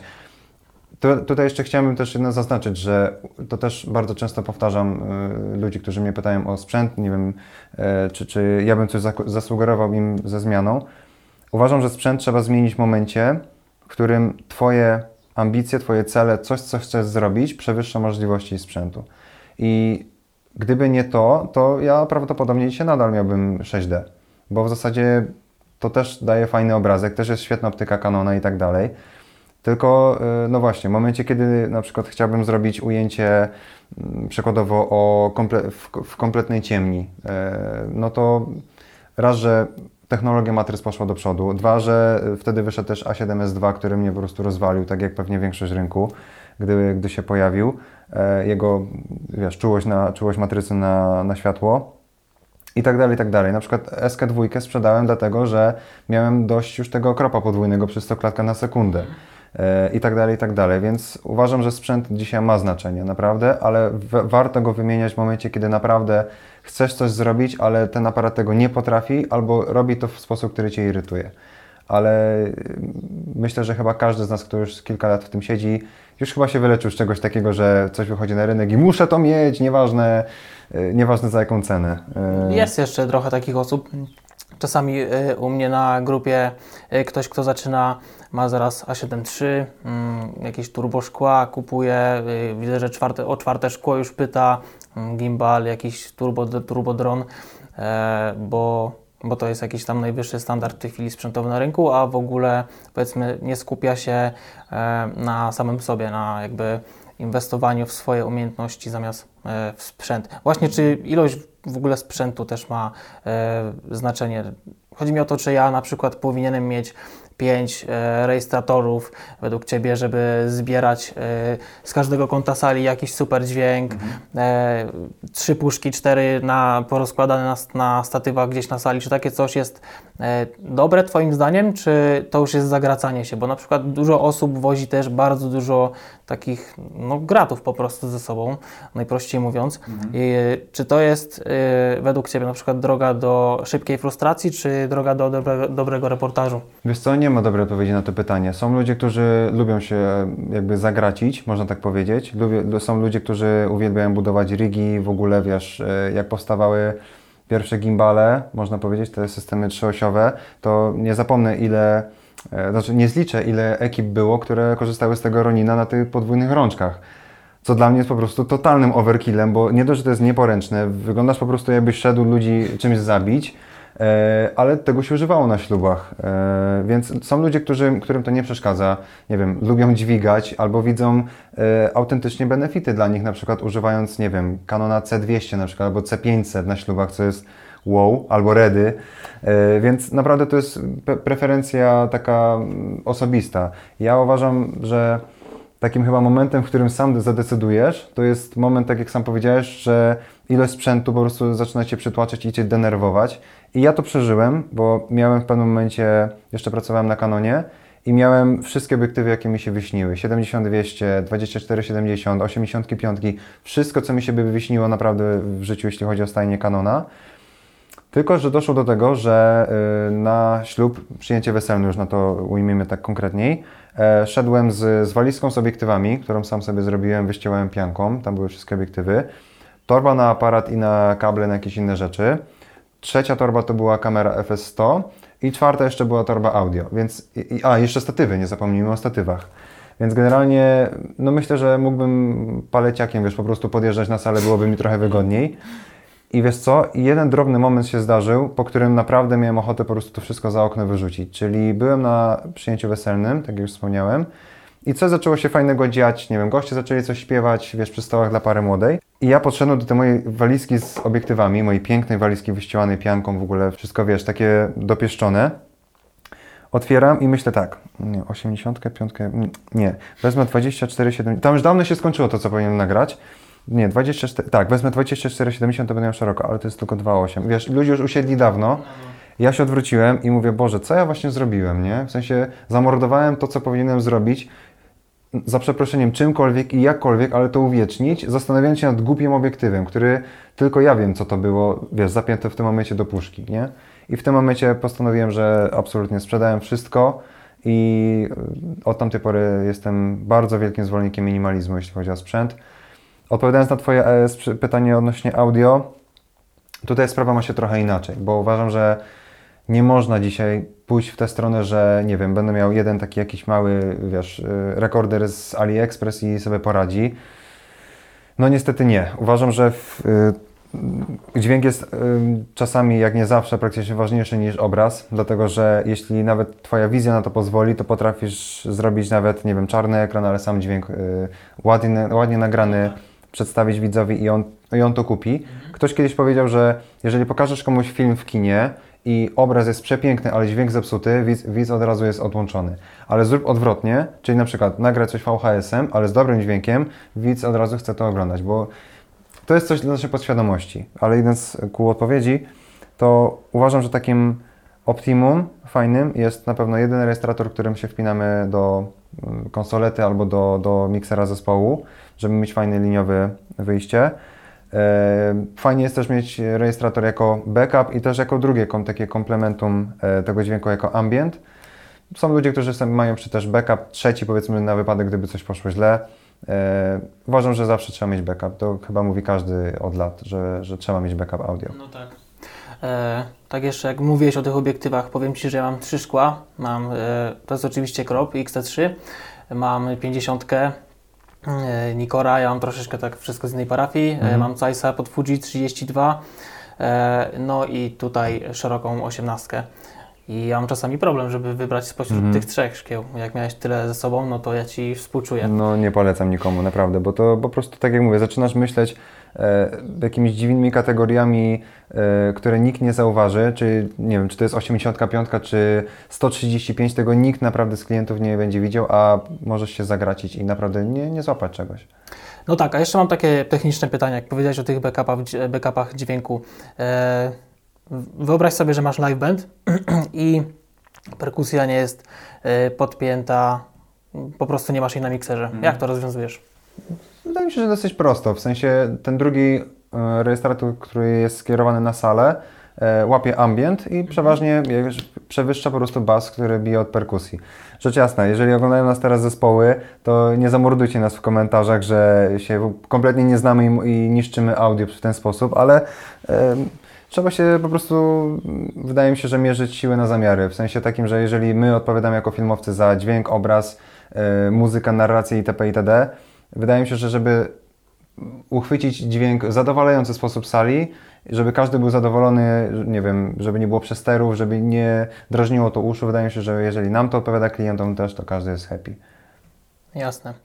To, tutaj jeszcze chciałbym też jedno zaznaczyć, że to też bardzo często powtarzam y, ludzi, którzy mnie pytają o sprzęt, nie wiem, y, czy, czy ja bym coś zasugerował im ze zmianą. Uważam, że sprzęt trzeba zmienić w momencie, w którym Twoje ambicje, Twoje cele, coś, co chcesz zrobić, przewyższa możliwości sprzętu. I gdyby nie to, to ja prawdopodobnie dzisiaj nadal miałbym sześć D, bo w zasadzie to też daje fajny obrazek, też jest świetna optyka Canona i tak dalej. Tylko, no właśnie, w momencie, kiedy na przykład chciałbym zrobić ujęcie przykładowo o komple- w, w kompletnej ciemni, no to raz, że technologia matryc poszła do przodu. Dwa, że wtedy wyszedł też A siedem S dwa, który mnie po prostu rozwalił, tak jak pewnie większość rynku, gdy, gdy się pojawił. E, jego, wiesz, czułość, na, czułość matrycy na, na światło i tak dalej, i tak dalej. Na przykład S K dwa sprzedałem dlatego, że miałem dość już tego kropa podwójnego przy sto klatkach na sekundę. E, I tak dalej, i tak dalej. Więc uważam, że sprzęt dzisiaj ma znaczenie, naprawdę, ale w, warto go wymieniać w momencie, kiedy naprawdę chcesz coś zrobić, ale ten aparat tego nie potrafi albo robi to w sposób, który Cię irytuje. Ale myślę, że chyba każdy z nas, kto już kilka lat w tym siedzi, już chyba się wyleczył z czegoś takiego, że coś wychodzi na rynek i muszę to mieć, nieważne, nieważne za jaką cenę. Jest jeszcze trochę takich osób. Czasami u mnie na grupie ktoś, kto zaczyna, ma zaraz A siedem trzy, jakieś turboszkła, kupuje, widzę, że czwarte, o czwarte szkło już pyta, gimbal, jakiś turbo, turbo dron, bo bo to jest jakiś tam najwyższy standard w tej chwili sprzętowy na rynku, a w ogóle powiedzmy nie skupia się e, na samym sobie, na jakby inwestowaniu w swoje umiejętności zamiast e, w sprzęt. Właśnie czy ilość w ogóle sprzętu też ma e, znaczenie. Chodzi mi o to, czy ja na przykład powinienem mieć pięć e, rejestratorów według Ciebie, żeby zbierać e, z każdego kąta sali jakiś super dźwięk, mhm. e, trzy puszki, cztery na, porozkładane na, na statywach gdzieś na sali. Czy takie coś jest e, dobre Twoim zdaniem, czy to już jest zagracanie się? Bo na przykład dużo osób wozi też bardzo dużo takich no, gratów po prostu ze sobą, najprościej mówiąc. Mhm. I, czy to jest e, według Ciebie na przykład droga do szybkiej frustracji, czy droga do dobrego, dobrego reportażu? Wiesz co, nie ma dobrej odpowiedzi na to pytanie. Są ludzie, którzy lubią się jakby zagracić, można tak powiedzieć. Lubię, są ludzie, którzy uwielbiają budować rigi, w ogóle wiesz, jak powstawały pierwsze gimbale, można powiedzieć, te systemy trzyosiowe, to nie zapomnę ile, znaczy nie zliczę ile ekip było, które korzystały z tego Ronina na tych podwójnych rączkach. Co dla mnie jest po prostu totalnym overkillem, bo nie dość, że to jest nieporęczne, wyglądasz po prostu jakbyś szedł ludzi czymś zabić, ale tego się używało na ślubach, więc są ludzie, którzy, którym to nie przeszkadza, nie wiem, lubią dźwigać albo widzą autentycznie benefity dla nich, na przykład używając, nie wiem, Canona C dwieście na przykład albo C pięćset na ślubach, co jest wow, albo Redy, więc naprawdę to jest preferencja taka osobista. Ja uważam, że takim chyba momentem, w którym sam zadecydujesz, to jest moment, tak jak sam powiedziałeś, że ilość sprzętu po prostu zaczyna Cię przytłaczać i Cię denerwować. I ja to przeżyłem, bo miałem w pewnym momencie, jeszcze pracowałem na Canonie i miałem wszystkie obiektywy, jakie mi się wyśniły. siedemdziesiąt dwieście, dwadzieścia cztery siedemdziesiąt, osiemdziesiąt pięć, wszystko, co mi się by wyśniło naprawdę w życiu, jeśli chodzi o stajnie Canona. Tylko że doszło do tego, że na ślub, przyjęcie weselne, już na to ujmijmy tak konkretniej, szedłem z, z walizką z obiektywami, którą sam sobie zrobiłem, wyściełałem pianką, tam były wszystkie obiektywy, torba na aparat i na kable, na jakieś inne rzeczy, trzecia torba to była kamera F S sto i czwarta jeszcze była torba audio, więc, i, a jeszcze statywy, nie zapomnijmy o statywach. Więc generalnie, no myślę, że mógłbym paleciakiem, wiesz, po prostu podjeżdżać na salę, byłoby mi trochę wygodniej. I wiesz co, jeden drobny moment się zdarzył, po którym naprawdę miałem ochotę po prostu to wszystko za okno wyrzucić. Czyli byłem na przyjęciu weselnym, tak jak już wspomniałem, i co zaczęło się fajnego dziać, nie wiem, goście zaczęli coś śpiewać, wiesz, przy stołach dla pary młodej. I ja podszedłem do tej mojej walizki z obiektywami, mojej pięknej walizki wyścielanej pianką, w ogóle wszystko, wiesz, takie dopieszczone. Otwieram i myślę tak, nie, osiemdziesiąt pięć, nie, wezmę dwadzieścia cztery siedemdziesiąt, tam już dawno się skończyło to, co powinienem nagrać. Nie, dwadzieścia cztery, tak, wezmę dwadzieścia cztery siedemdziesiąt, to będę miał szeroko, ale to jest tylko dwa osiem. Wiesz, ludzie już usiedli dawno. Ja się odwróciłem i mówię, Boże, co ja właśnie zrobiłem, nie? W sensie zamordowałem to, co powinienem zrobić, za przeproszeniem, czymkolwiek i jakkolwiek, ale to uwiecznić, zastanawiając się nad głupim obiektywem, który tylko ja wiem, co to było, wiesz, zapięte w tym momencie do puszki, nie? I w tym momencie postanowiłem, że absolutnie sprzedałem wszystko i od tamtej pory jestem bardzo wielkim zwolennikiem minimalizmu, jeśli chodzi o sprzęt. Odpowiadając na Twoje pytanie odnośnie audio, tutaj sprawa ma się trochę inaczej, bo uważam, że nie można dzisiaj pójść w tę stronę, że nie wiem, będę miał jeden taki jakiś mały, wiesz, rekorder z AliExpress i sobie poradzi. No niestety nie. Uważam, że w, y, dźwięk jest y, czasami, jak nie zawsze, praktycznie ważniejszy niż obraz, dlatego że jeśli nawet Twoja wizja na to pozwoli, to potrafisz zrobić nawet, nie wiem, czarny ekran, ale sam dźwięk y, ładnie, ładnie nagrany, przedstawić widzowi i on, i on to kupi. Ktoś kiedyś powiedział, że jeżeli pokażesz komuś film w kinie i obraz jest przepiękny, ale dźwięk zepsuty, widz, widz od razu jest odłączony. Ale zrób odwrotnie, czyli na przykład nagraj coś V H S-em, ale z dobrym dźwiękiem, widz od razu chce to oglądać, bo to jest coś dla naszej podświadomości. Ale idąc ku odpowiedzi, to uważam, że takim optimum fajnym jest na pewno jeden rejestrator, którym się wpinamy do konsolety albo do, do miksera zespołu, żeby mieć fajne liniowe wyjście. Fajnie jest też mieć rejestrator jako backup i też jako drugie, takie komplementum tego dźwięku jako ambient. Są ludzie, którzy mają przy też backup trzeci, powiedzmy, na wypadek, gdyby coś poszło źle. Uważam, że zawsze trzeba mieć backup. To chyba mówi każdy od lat, że, że trzeba mieć backup audio. No tak. E, tak jeszcze jak mówiłeś o tych obiektywach, powiem Ci, że ja mam trzy szkła. Mam, e, to jest oczywiście Crop X T trzy. Mam pięćdziesiątkę Nikora, ja mam troszeczkę tak wszystko z innej parafii. Mhm. Mam Zeissa pod Fuji trzydzieści dwa. no i tutaj szeroką osiemnastkę. I ja mam czasami problem, żeby wybrać spośród Mhm. tych trzech szkieł. Jak miałeś tyle ze sobą, no to ja Ci współczuję. No nie polecam nikomu, naprawdę, bo to po prostu, tak jak mówię, zaczynasz myśleć e, jakimiś dziwnymi kategoriami, e, które nikt nie zauważy, czy nie wiem, czy to jest osiemdziesiąt pięć, czy sto trzydzieści pięć, tego nikt naprawdę z klientów nie będzie widział, a możesz się zagracić i naprawdę nie, nie złapać czegoś. No tak, a jeszcze mam takie techniczne pytania, jak powiedziałeś o tych backupach, backupach dźwięku. E, wyobraź sobie, że masz live band i perkusja nie jest e, podpięta, po prostu nie masz jej na mikserze. Mhm. Jak to rozwiązujesz? Wydaje mi się, że dosyć prosto, w sensie ten drugi e, rejestrator, który jest skierowany na salę, e, łapie ambient i przeważnie przewyższa po prostu bas, który bije od perkusji. Rzecz jasna, jeżeli oglądają nas teraz zespoły, to nie zamordujcie nas w komentarzach, że się kompletnie nie znamy i, i niszczymy audio w ten sposób, ale e, trzeba się po prostu, wydaje mi się, że mierzyć siły na zamiary, w sensie takim, że jeżeli my odpowiadamy jako filmowcy za dźwięk, obraz, e, muzyka, narrację itp. itd., wydaje mi się, że żeby uchwycić dźwięk w zadowalający sposób sali, żeby każdy był zadowolony, nie wiem, żeby nie było przesterów, żeby nie drażniło to uszu, wydaje mi się, że jeżeli nam to odpowiada, klientom też, to każdy jest happy. Jasne.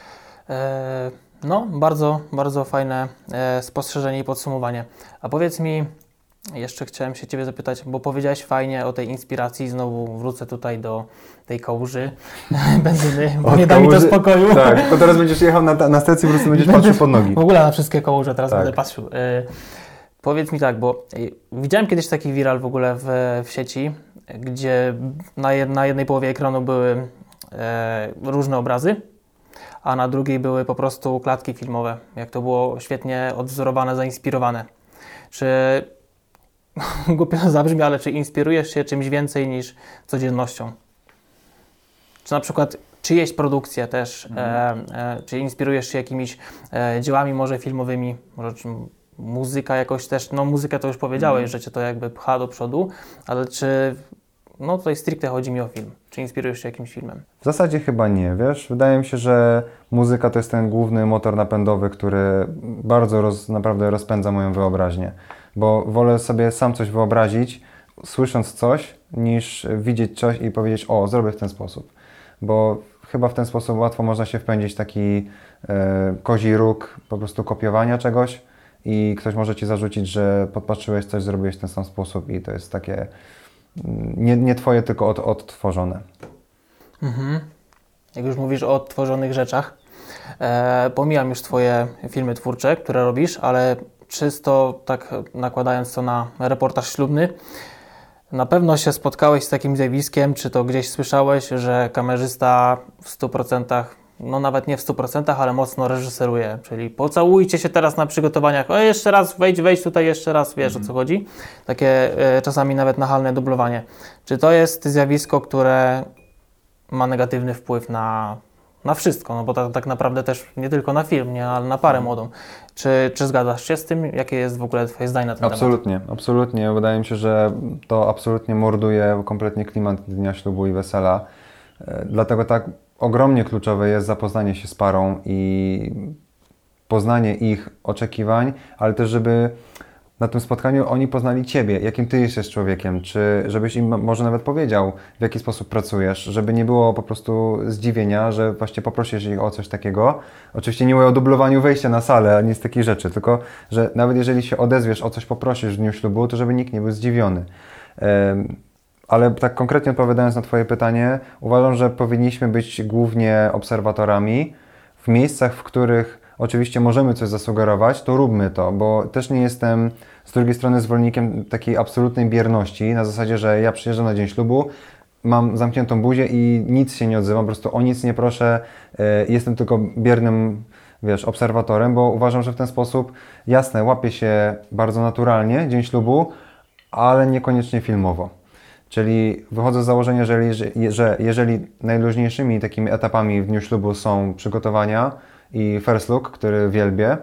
E, no, bardzo, bardzo fajne e, spostrzeżenie i podsumowanie. A powiedz mi, jeszcze chciałem się Ciebie zapytać, bo powiedziałeś fajnie o tej inspiracji, znowu wrócę tutaj do tej kałuży benzyny, bo Od nie da mi to kałuży- spokoju. Tak, to teraz będziesz jechał na, na stację, po prostu będziesz patrzył pod nogi. W ogóle na wszystkie kałuże teraz Tak. będę patrzył. E, powiedz mi tak, bo e, widziałem kiedyś taki viral w ogóle w, w sieci, gdzie na, jed, na jednej połowie ekranu były e, różne obrazy, a na drugiej były po prostu klatki filmowe. Jak to było świetnie odwzorowane, zainspirowane. Czy, głupio zabrzmi, ale czy inspirujesz się czymś więcej niż codziennością? Czy na przykład czyjeś produkcje też, mhm. e, e, czy inspirujesz się jakimiś e, dziełami może filmowymi, może czy muzyka jakoś też, no muzykę to już powiedziałeś, mhm. że Cię to jakby pcha do przodu, ale czy, no tutaj stricte chodzi mi o film, czy inspirujesz się jakimś filmem? W zasadzie chyba nie, wiesz, wydaje mi się, że muzyka to jest ten główny motor napędowy, który bardzo roz, naprawdę rozpędza moją wyobraźnię, bo wolę sobie sam coś wyobrazić, słysząc coś, niż widzieć coś i powiedzieć, o, zrobię w ten sposób, bo chyba w ten sposób łatwo można się wpędzić w taki e, kozi róg po prostu kopiowania czegoś i ktoś może Ci zarzucić, że podpatrzyłeś coś, zrobiłeś w ten sam sposób i to jest takie nie, nie Twoje, tylko od, odtworzone. Mhm. Jak już mówisz o odtworzonych rzeczach, e, pomijam już Twoje filmy twórcze, które robisz, ale czysto tak nakładając to na reportaż ślubny, na pewno się spotkałeś z takim zjawiskiem, czy to gdzieś słyszałeś, że kamerzysta w stu procentach, no nawet nie w stu procentach, ale mocno reżyseruje, czyli pocałujcie się teraz na przygotowaniach, o jeszcze raz, wejdź, wejdź tutaj jeszcze raz, wiesz mm. o co chodzi? Takie e, czasami nawet nachalne dublowanie. Czy to jest zjawisko, które ma negatywny wpływ na, na wszystko, no bo tak, tak naprawdę też nie tylko na film, nie, ale na parę młodą. Czy, czy zgadzasz się z tym? Jakie jest w ogóle Twoje zdanie na ten absolutnie, temat? Absolutnie, absolutnie. Wydaje mi się, że to absolutnie morduje kompletnie klimat dnia ślubu i wesela. Dlatego tak ogromnie kluczowe jest zapoznanie się z parą i poznanie ich oczekiwań, ale też żeby na tym spotkaniu oni poznali Ciebie, jakim Ty jesteś człowiekiem, czy żebyś im może nawet powiedział, w jaki sposób pracujesz, żeby nie było po prostu zdziwienia, że właśnie poprosisz ich o coś takiego. Oczywiście nie mówię o dublowaniu wejścia na salę, ani z takich rzeczy, tylko że nawet jeżeli się odezwiesz, o coś poprosisz w dniu ślubu, to żeby nikt nie był zdziwiony. Um, ale tak konkretnie odpowiadając na Twoje pytanie, uważam, że powinniśmy być głównie obserwatorami w miejscach, w których oczywiście możemy coś zasugerować, to róbmy to, bo też nie jestem z drugiej strony zwolennikiem takiej absolutnej bierności, na zasadzie, że ja przyjeżdżam na dzień ślubu, mam zamkniętą buzię i nic się nie odzywam, po prostu o nic nie proszę, jestem tylko biernym, wiesz, obserwatorem, bo uważam, że w ten sposób, jasne, łapie się bardzo naturalnie dzień ślubu, ale niekoniecznie filmowo. Czyli wychodzę z założenia, że, że jeżeli najluźniejszymi takimi etapami w dniu ślubu są przygotowania i first look, który wielbię,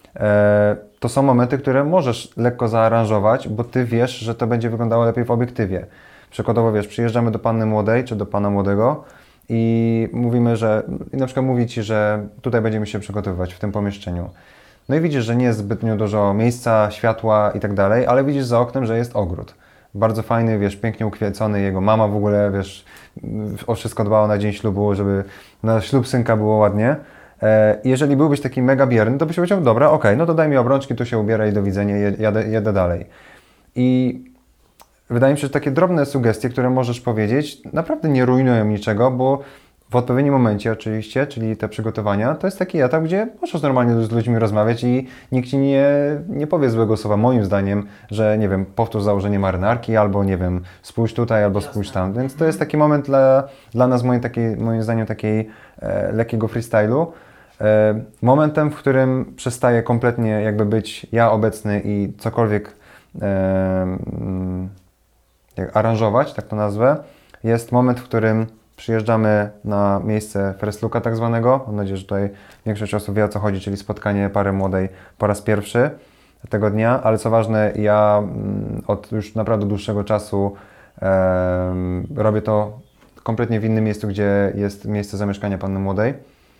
to są momenty, które możesz lekko zaaranżować, bo Ty wiesz, że to będzie wyglądało lepiej w obiektywie. Przykładowo, wiesz, przyjeżdżamy do panny młodej czy do pana młodego i mówimy, że i na przykład mówi Ci, że tutaj będziemy się przygotowywać w tym pomieszczeniu. No i widzisz, że nie jest zbytnio dużo miejsca, światła i tak dalej, ale widzisz za oknem, że jest ogród. Bardzo fajny, wiesz, pięknie ukwiecony. Jego mama w ogóle, wiesz, o wszystko dbała na dzień ślubu, żeby na ślub synka było ładnie. Jeżeli byłbyś taki mega bierny, to byś powiedział, dobra, okej, okay, no to daj mi obrączki, tu się ubieraj, do widzenia, jadę, jadę dalej. I wydaje mi się, że takie drobne sugestie, które możesz powiedzieć, naprawdę nie rujnują niczego, bo w odpowiednim momencie oczywiście, czyli te przygotowania, to jest taki etap, gdzie możesz normalnie z ludźmi rozmawiać i nikt Ci nie, nie powie złego słowa, moim zdaniem, że nie wiem, powtórz założenie marynarki, albo nie wiem, spójrz tutaj, albo Jasne. Spójrz tam. Więc to jest taki moment dla, dla nas, moim, takiej, moim zdaniem, takiej e, lekkiego freestylu. E, momentem, w którym przestaję kompletnie jakby być ja obecny i cokolwiek e, jak aranżować, tak to nazwę, jest moment, w którym przyjeżdżamy na miejsce first looka tak zwanego. Mam nadzieję, że tutaj większość osób wie, o co chodzi, czyli spotkanie pary młodej po raz pierwszy tego dnia, ale co ważne, ja od już naprawdę dłuższego czasu e, robię to kompletnie w innym miejscu, gdzie jest miejsce zamieszkania panny młodej,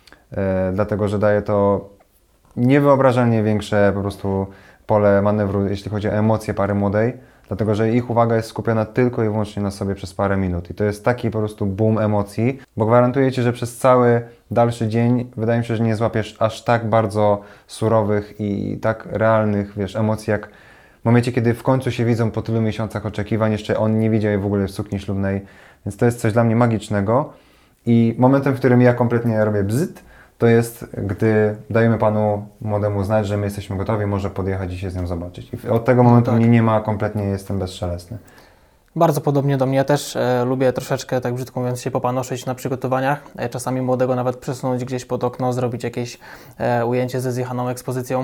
e, dlatego, że daje to niewyobrażalnie większe po prostu pole manewru, jeśli chodzi o emocje pary młodej. Dlatego, że ich uwaga jest skupiona tylko i wyłącznie na sobie przez parę minut. I to jest taki po prostu boom emocji, bo gwarantuję Ci, że przez cały dalszy dzień wydaje mi się, że nie złapiesz aż tak bardzo surowych i tak realnych, wiesz, emocji, jak w momencie, kiedy w końcu się widzą po tylu miesiącach oczekiwań. Jeszcze on nie widział jej w ogóle w sukni ślubnej, więc to jest coś dla mnie magicznego. I momentem, w którym ja kompletnie robię bzyt, to jest, gdy dajemy panu młodemu znać, że my jesteśmy gotowi, może podjechać i się z nią zobaczyć. I od tego momentu no tak. mnie nie ma, kompletnie jestem bezszelestny. Bardzo podobnie do mnie. Ja też e, lubię troszeczkę, tak brzydko mówiąc, się popanoszyć na przygotowaniach. E, czasami młodego nawet przesunąć gdzieś pod okno, zrobić jakieś e, ujęcie ze zjechaną ekspozycją.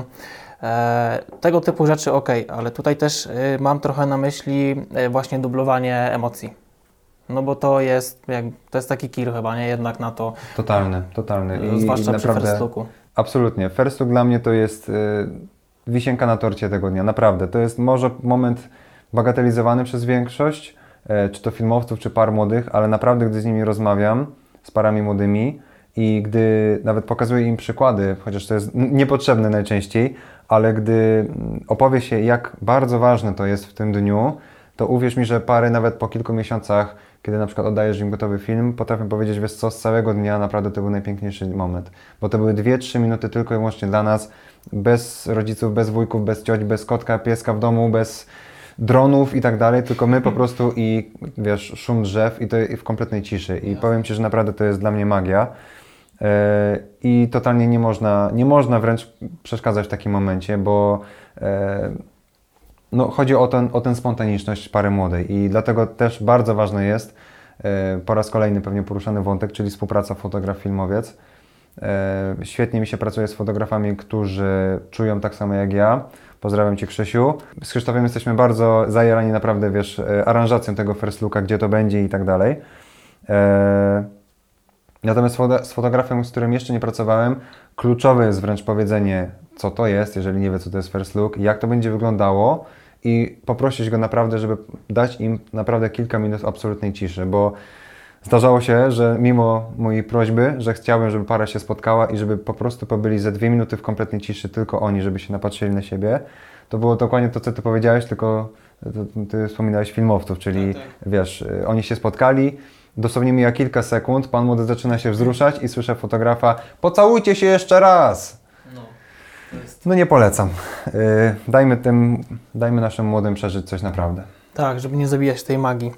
E, tego typu rzeczy ok, ale tutaj też e, mam trochę na myśli e, właśnie dublowanie emocji. No bo to jest, jak, to jest taki kill chyba, nie? Jednak na to. Totalny, totalny. I, zwłaszcza i przy first looku. Absolutnie. First look dla mnie to jest y, wisienka na torcie tego dnia. Naprawdę. To jest może moment bagatelizowany przez większość, y, czy to filmowców, czy par młodych, ale naprawdę gdy z nimi rozmawiam, z parami młodymi i gdy nawet pokazuję im przykłady, chociaż to jest niepotrzebne najczęściej, ale gdy opowie się, jak bardzo ważne to jest w tym dniu, to uwierz mi, że pary nawet po kilku miesiącach, kiedy na przykład oddajesz im gotowy film, potrafią powiedzieć, wiesz co, z całego dnia naprawdę to był najpiękniejszy moment. Bo to były dwie trzy minuty tylko i wyłącznie dla nas, bez rodziców, bez wujków, bez cioć, bez kotka, pieska w domu, bez dronów i tak dalej, tylko my po prostu i wiesz, szum drzew i to w kompletnej ciszy. I powiem Ci, że naprawdę to jest dla mnie magia. Yy, I totalnie nie można, nie można wręcz przeszkadzać w takim momencie, bo yy, no, chodzi o, ten, o tę spontaniczność pary młodej i dlatego też bardzo ważny jest e, po raz kolejny pewnie poruszany wątek, czyli współpraca fotograf-filmowiec. E, świetnie mi się pracuje z fotografami, którzy czują tak samo jak ja. Pozdrawiam Cię, Krzysiu. Z Krzysztofem jesteśmy bardzo zajarani naprawdę, wiesz, aranżacją tego first looka, gdzie to będzie i tak dalej. E, natomiast z fotografem, z którym jeszcze nie pracowałem, kluczowe jest wręcz powiedzenie, co to jest, jeżeli nie wie, co to jest first look, jak to będzie wyglądało i poprosić go naprawdę, żeby dać im naprawdę kilka minut absolutnej ciszy, bo zdarzało się, że mimo mojej prośby, że chciałbym, żeby para się spotkała i żeby po prostu pobyli ze dwie minuty w kompletnej ciszy tylko oni, żeby się napatrzyli na siebie, to było dokładnie to, co Ty powiedziałeś, tylko Ty wspominałeś filmowców, czyli tak, tak. wiesz, oni się spotkali, dosłownie mija kilka sekund, pan młody zaczyna się wzruszać i słyszę fotografa, pocałujcie się jeszcze raz! No, to jest... no nie polecam. Yy, dajmy tym, dajmy naszym młodym przeżyć coś naprawdę. Tak, żeby nie zabijać tej magii.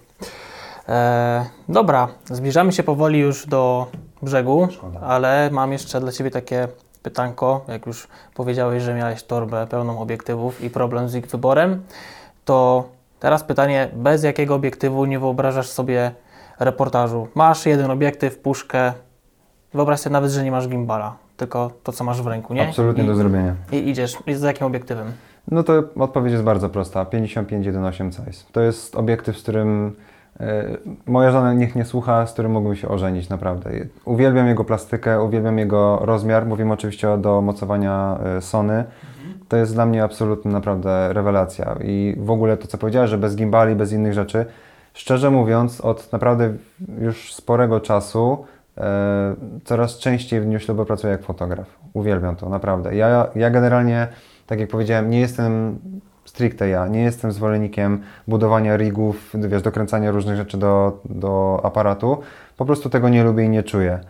E, dobra, zbliżamy się powoli już do brzegu, Szkoda. ale mam jeszcze dla Ciebie takie pytanko. Jak już powiedziałeś, że miałeś torbę pełną obiektywów i problem z ich wyborem, to teraz pytanie, bez jakiego obiektywu nie wyobrażasz sobie reportażu? Masz jeden obiektyw, puszkę, wyobraź sobie nawet, że nie masz gimbala, tylko to, co masz w ręku, nie? Absolutnie I, do zrobienia. I idziesz. I z jakim obiektywem? No to odpowiedź jest bardzo prosta. pięćdziesiąt pięć jeden osiem size. To jest obiektyw, z którym e, moja żona niech nie słucha, z którym mógłbym się ożenić, naprawdę. Uwielbiam jego plastykę, uwielbiam jego rozmiar. Mówimy oczywiście do mocowania e, Sony. Mhm. To jest dla mnie absolutnie naprawdę rewelacja. I w ogóle to, co powiedziałeś, że bez gimbali, bez innych rzeczy, szczerze mówiąc, od naprawdę już sporego czasu e, coraz częściej w dniu ślubu pracuję jak fotograf. Uwielbiam to, naprawdę. Ja, ja generalnie, tak jak powiedziałem, nie jestem stricte ja, nie jestem zwolennikiem budowania rigów, wiesz, dokręcania różnych rzeczy do, do aparatu. Po prostu tego nie lubię i nie czuję.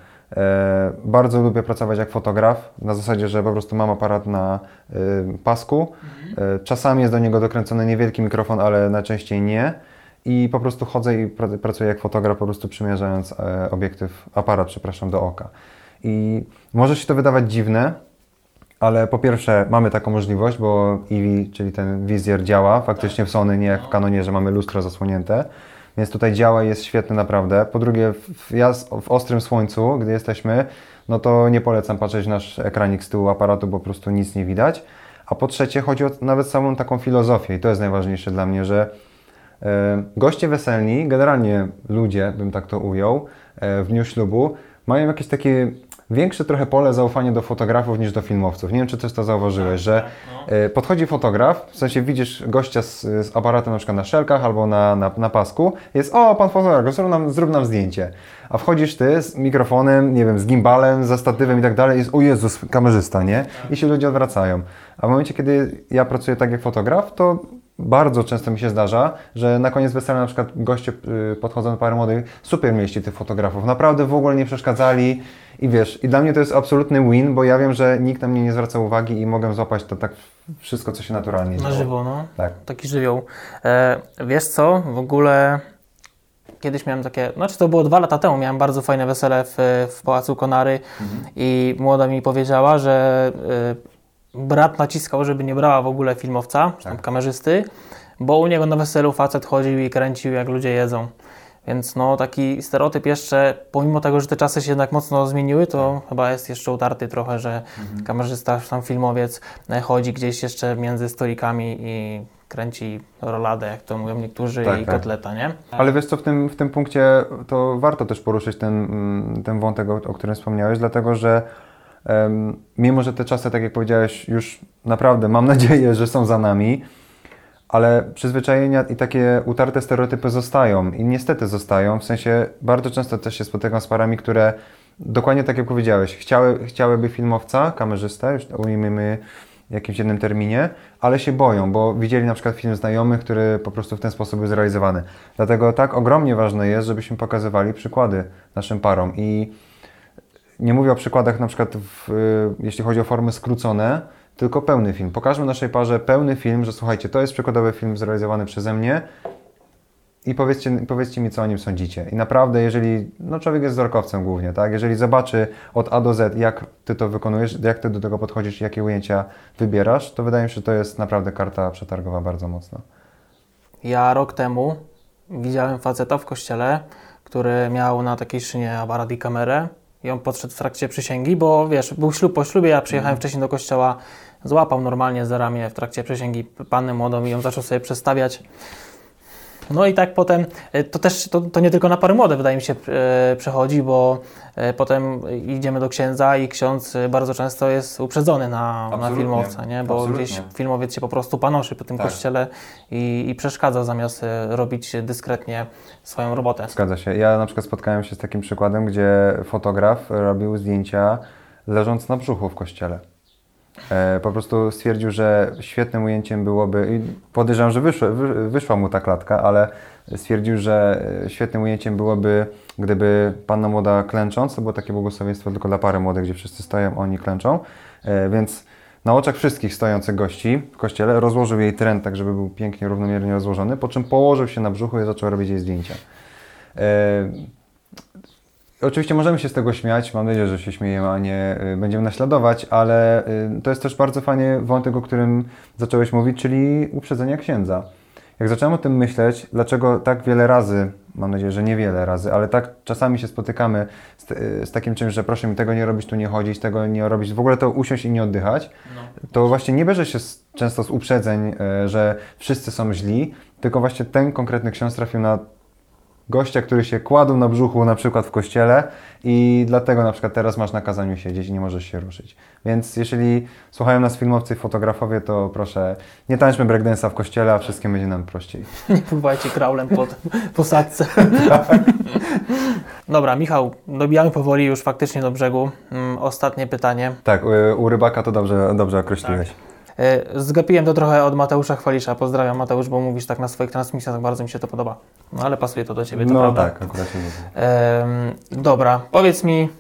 E, bardzo lubię pracować jak fotograf, na zasadzie, że po prostu mam aparat na y, pasku. E, czasami jest do niego dokręcony niewielki mikrofon, ale najczęściej nie. I po prostu chodzę i pr pracuję jak fotograf, po prostu przymierzając e, obiektyw, aparat, przepraszam, do oka. I może się to wydawać dziwne, ale po pierwsze mamy taką możliwość, bo E V, czyli ten wizjer działa faktycznie w Sony, nie jak w Canonie, że mamy lustro zasłonięte. Więc tutaj działa i jest świetny naprawdę. Po drugie, w, ja w ostrym słońcu, gdy jesteśmy, no to nie polecam patrzeć w nasz ekranik z tyłu aparatu, bo po prostu nic nie widać. A po trzecie chodzi o nawet samą taką filozofię i to jest najważniejsze dla mnie, że e, goście weselni, generalnie ludzie, bym tak to ujął, e, w dniu ślubu, mają jakieś takie większe trochę pole zaufania do fotografów niż do filmowców. Nie wiem, czy też to zauważyłeś, że y, podchodzi fotograf, w sensie widzisz gościa z, z aparatem na przykład na szelkach albo na, na, na pasku, jest o, pan fotograf, zrób nam, zrób nam zdjęcie. A wchodzisz ty z mikrofonem, nie wiem, z gimbalem, ze statywem i tak dalej, jest o Jezus, kamerzysta, nie? I się ludzie odwracają. A w momencie, kiedy ja pracuję tak jak fotograf, to bardzo często mi się zdarza, że na koniec wesela na przykład goście y, podchodzą do pary młodych, super mieści tych fotografów, naprawdę w ogóle nie przeszkadzali i wiesz, i dla mnie to jest absolutny win, bo ja wiem, że nikt na mnie nie zwraca uwagi i mogę złapać to tak wszystko, co się naturalnie dzieje. Na żywo, no. Tak. Taki żywioł. E, wiesz co, w ogóle kiedyś miałem takie, znaczy to było dwa lata temu, miałem bardzo fajne wesele w, w Pałacu Konary mhm. i młoda mi powiedziała, że y, brat naciskał, żeby nie brała w ogóle filmowca, czy tam tak. kamerzysty, bo u niego na weselu facet chodził i kręcił, jak ludzie jedzą. Więc no taki stereotyp jeszcze, pomimo tego, że te czasy się jednak mocno zmieniły, to chyba jest jeszcze utarty trochę, że mhm. kamerzysta, tam filmowiec chodzi gdzieś jeszcze między stolikami i kręci roladę, jak to mówią niektórzy, tak, i tak. kotleta, nie? Ale wiesz co, w tym, w tym punkcie to warto też poruszyć ten, ten wątek, o, o którym wspomniałeś, dlatego że um, mimo, że te czasy, tak jak powiedziałeś, już naprawdę mam nadzieję, że są za nami, ale przyzwyczajenia i takie utarte stereotypy zostają i niestety zostają, w sensie bardzo często też się spotykam z parami, które dokładnie tak jak powiedziałeś, chciały, chciałyby filmowca, kamerzystę, już ujmijmy w jakimś jednym terminie, ale się boją, bo widzieli na przykład film znajomych, który po prostu w ten sposób był zrealizowany. Dlatego tak ogromnie ważne jest, żebyśmy pokazywali przykłady naszym parom i nie mówię o przykładach na przykład w, jeśli chodzi o formy skrócone, tylko pełny film. Pokażmy naszej parze pełny film, że słuchajcie, to jest przykładowy film zrealizowany przeze mnie i powiedzcie, powiedzcie mi, co o nim sądzicie. I naprawdę, jeżeli, no człowiek jest wzrokowcem głównie, tak? Jeżeli zobaczy od A do Z, jak ty to wykonujesz, jak ty do tego podchodzisz, jakie ujęcia wybierasz, to wydaje mi się, że to jest naprawdę karta przetargowa bardzo mocno. Ja rok temu widziałem faceta w kościele, który miał na takiej szynie aparat i kamerę. I on podszedł w trakcie przysięgi, bo wiesz, był ślub po ślubie, ja przyjechałem mm. wcześniej do kościoła, złapał normalnie za ramię w trakcie przysięgi pannę młodą i ją zaczął sobie przestawiać. No i tak potem, to też, to, to nie tylko na pary młode wydaje mi się e, przechodzi, bo e, potem idziemy do księdza i ksiądz bardzo często jest uprzedzony na, na filmowca, nie? Bo Absolutnie. Gdzieś filmowiec się po prostu panoszy po tym tak. kościele i, i przeszkadza zamiast robić dyskretnie swoją robotę. Zgadza się. Ja na przykład spotkałem się z takim przykładem, gdzie fotograf robił zdjęcia leżąc na brzuchu w kościele. Po prostu stwierdził, że świetnym ujęciem byłoby, i podejrzewam, że wyszło, wyszła mu ta klatka, ale stwierdził, że świetnym ujęciem byłoby, gdyby panna młoda klęcząc, to było takie błogosławieństwo tylko dla pary młodych, gdzie wszyscy stoją, oni klęczą, więc na oczach wszystkich stojących gości w kościele rozłożył jej tren tak, żeby był pięknie, równomiernie rozłożony, po czym położył się na brzuchu i zaczął robić jej zdjęcia. Oczywiście możemy się z tego śmiać, mam nadzieję, że się śmiejemy, a nie y, będziemy naśladować, ale y, to jest też bardzo fajnie wątek, o którym zacząłeś mówić, czyli uprzedzenia księdza. Jak zacząłem o tym myśleć, dlaczego tak wiele razy, mam nadzieję, że niewiele razy, ale tak czasami się spotykamy z, y, z takim czymś, że proszę mi tego nie robić, tu nie chodzić, tego nie robić, w ogóle to usiąść i nie oddychać, no. To właśnie nie bierze się z, często z uprzedzeń, y, że wszyscy są źli, tylko właśnie ten konkretny ksiądz trafił na gościa, który się kładł na brzuchu na przykład w kościele i dlatego na przykład teraz masz na kazaniu siedzieć i nie możesz się ruszyć. Więc jeśli słuchają nas filmowcy i fotografowie, to proszę, nie tańczmy breakdance'a w kościele, a wszystkim będzie nam prościej. Nie pływajcie kraulem pod posadzce. Dobra, Michał, dobijamy powoli już faktycznie do brzegu. Mm, ostatnie pytanie. Tak, u, u Rybaka to dobrze, dobrze określiłeś. Tak. Zgapiłem to trochę od Mateusza Chwalisza. Pozdrawiam, Mateusz, bo mówisz tak na swoich transmisjach, bardzo mi się to podoba. No ale pasuje to do Ciebie, to no prawda? tak, akurat się lubię. Ehm, dobra, powiedz mi,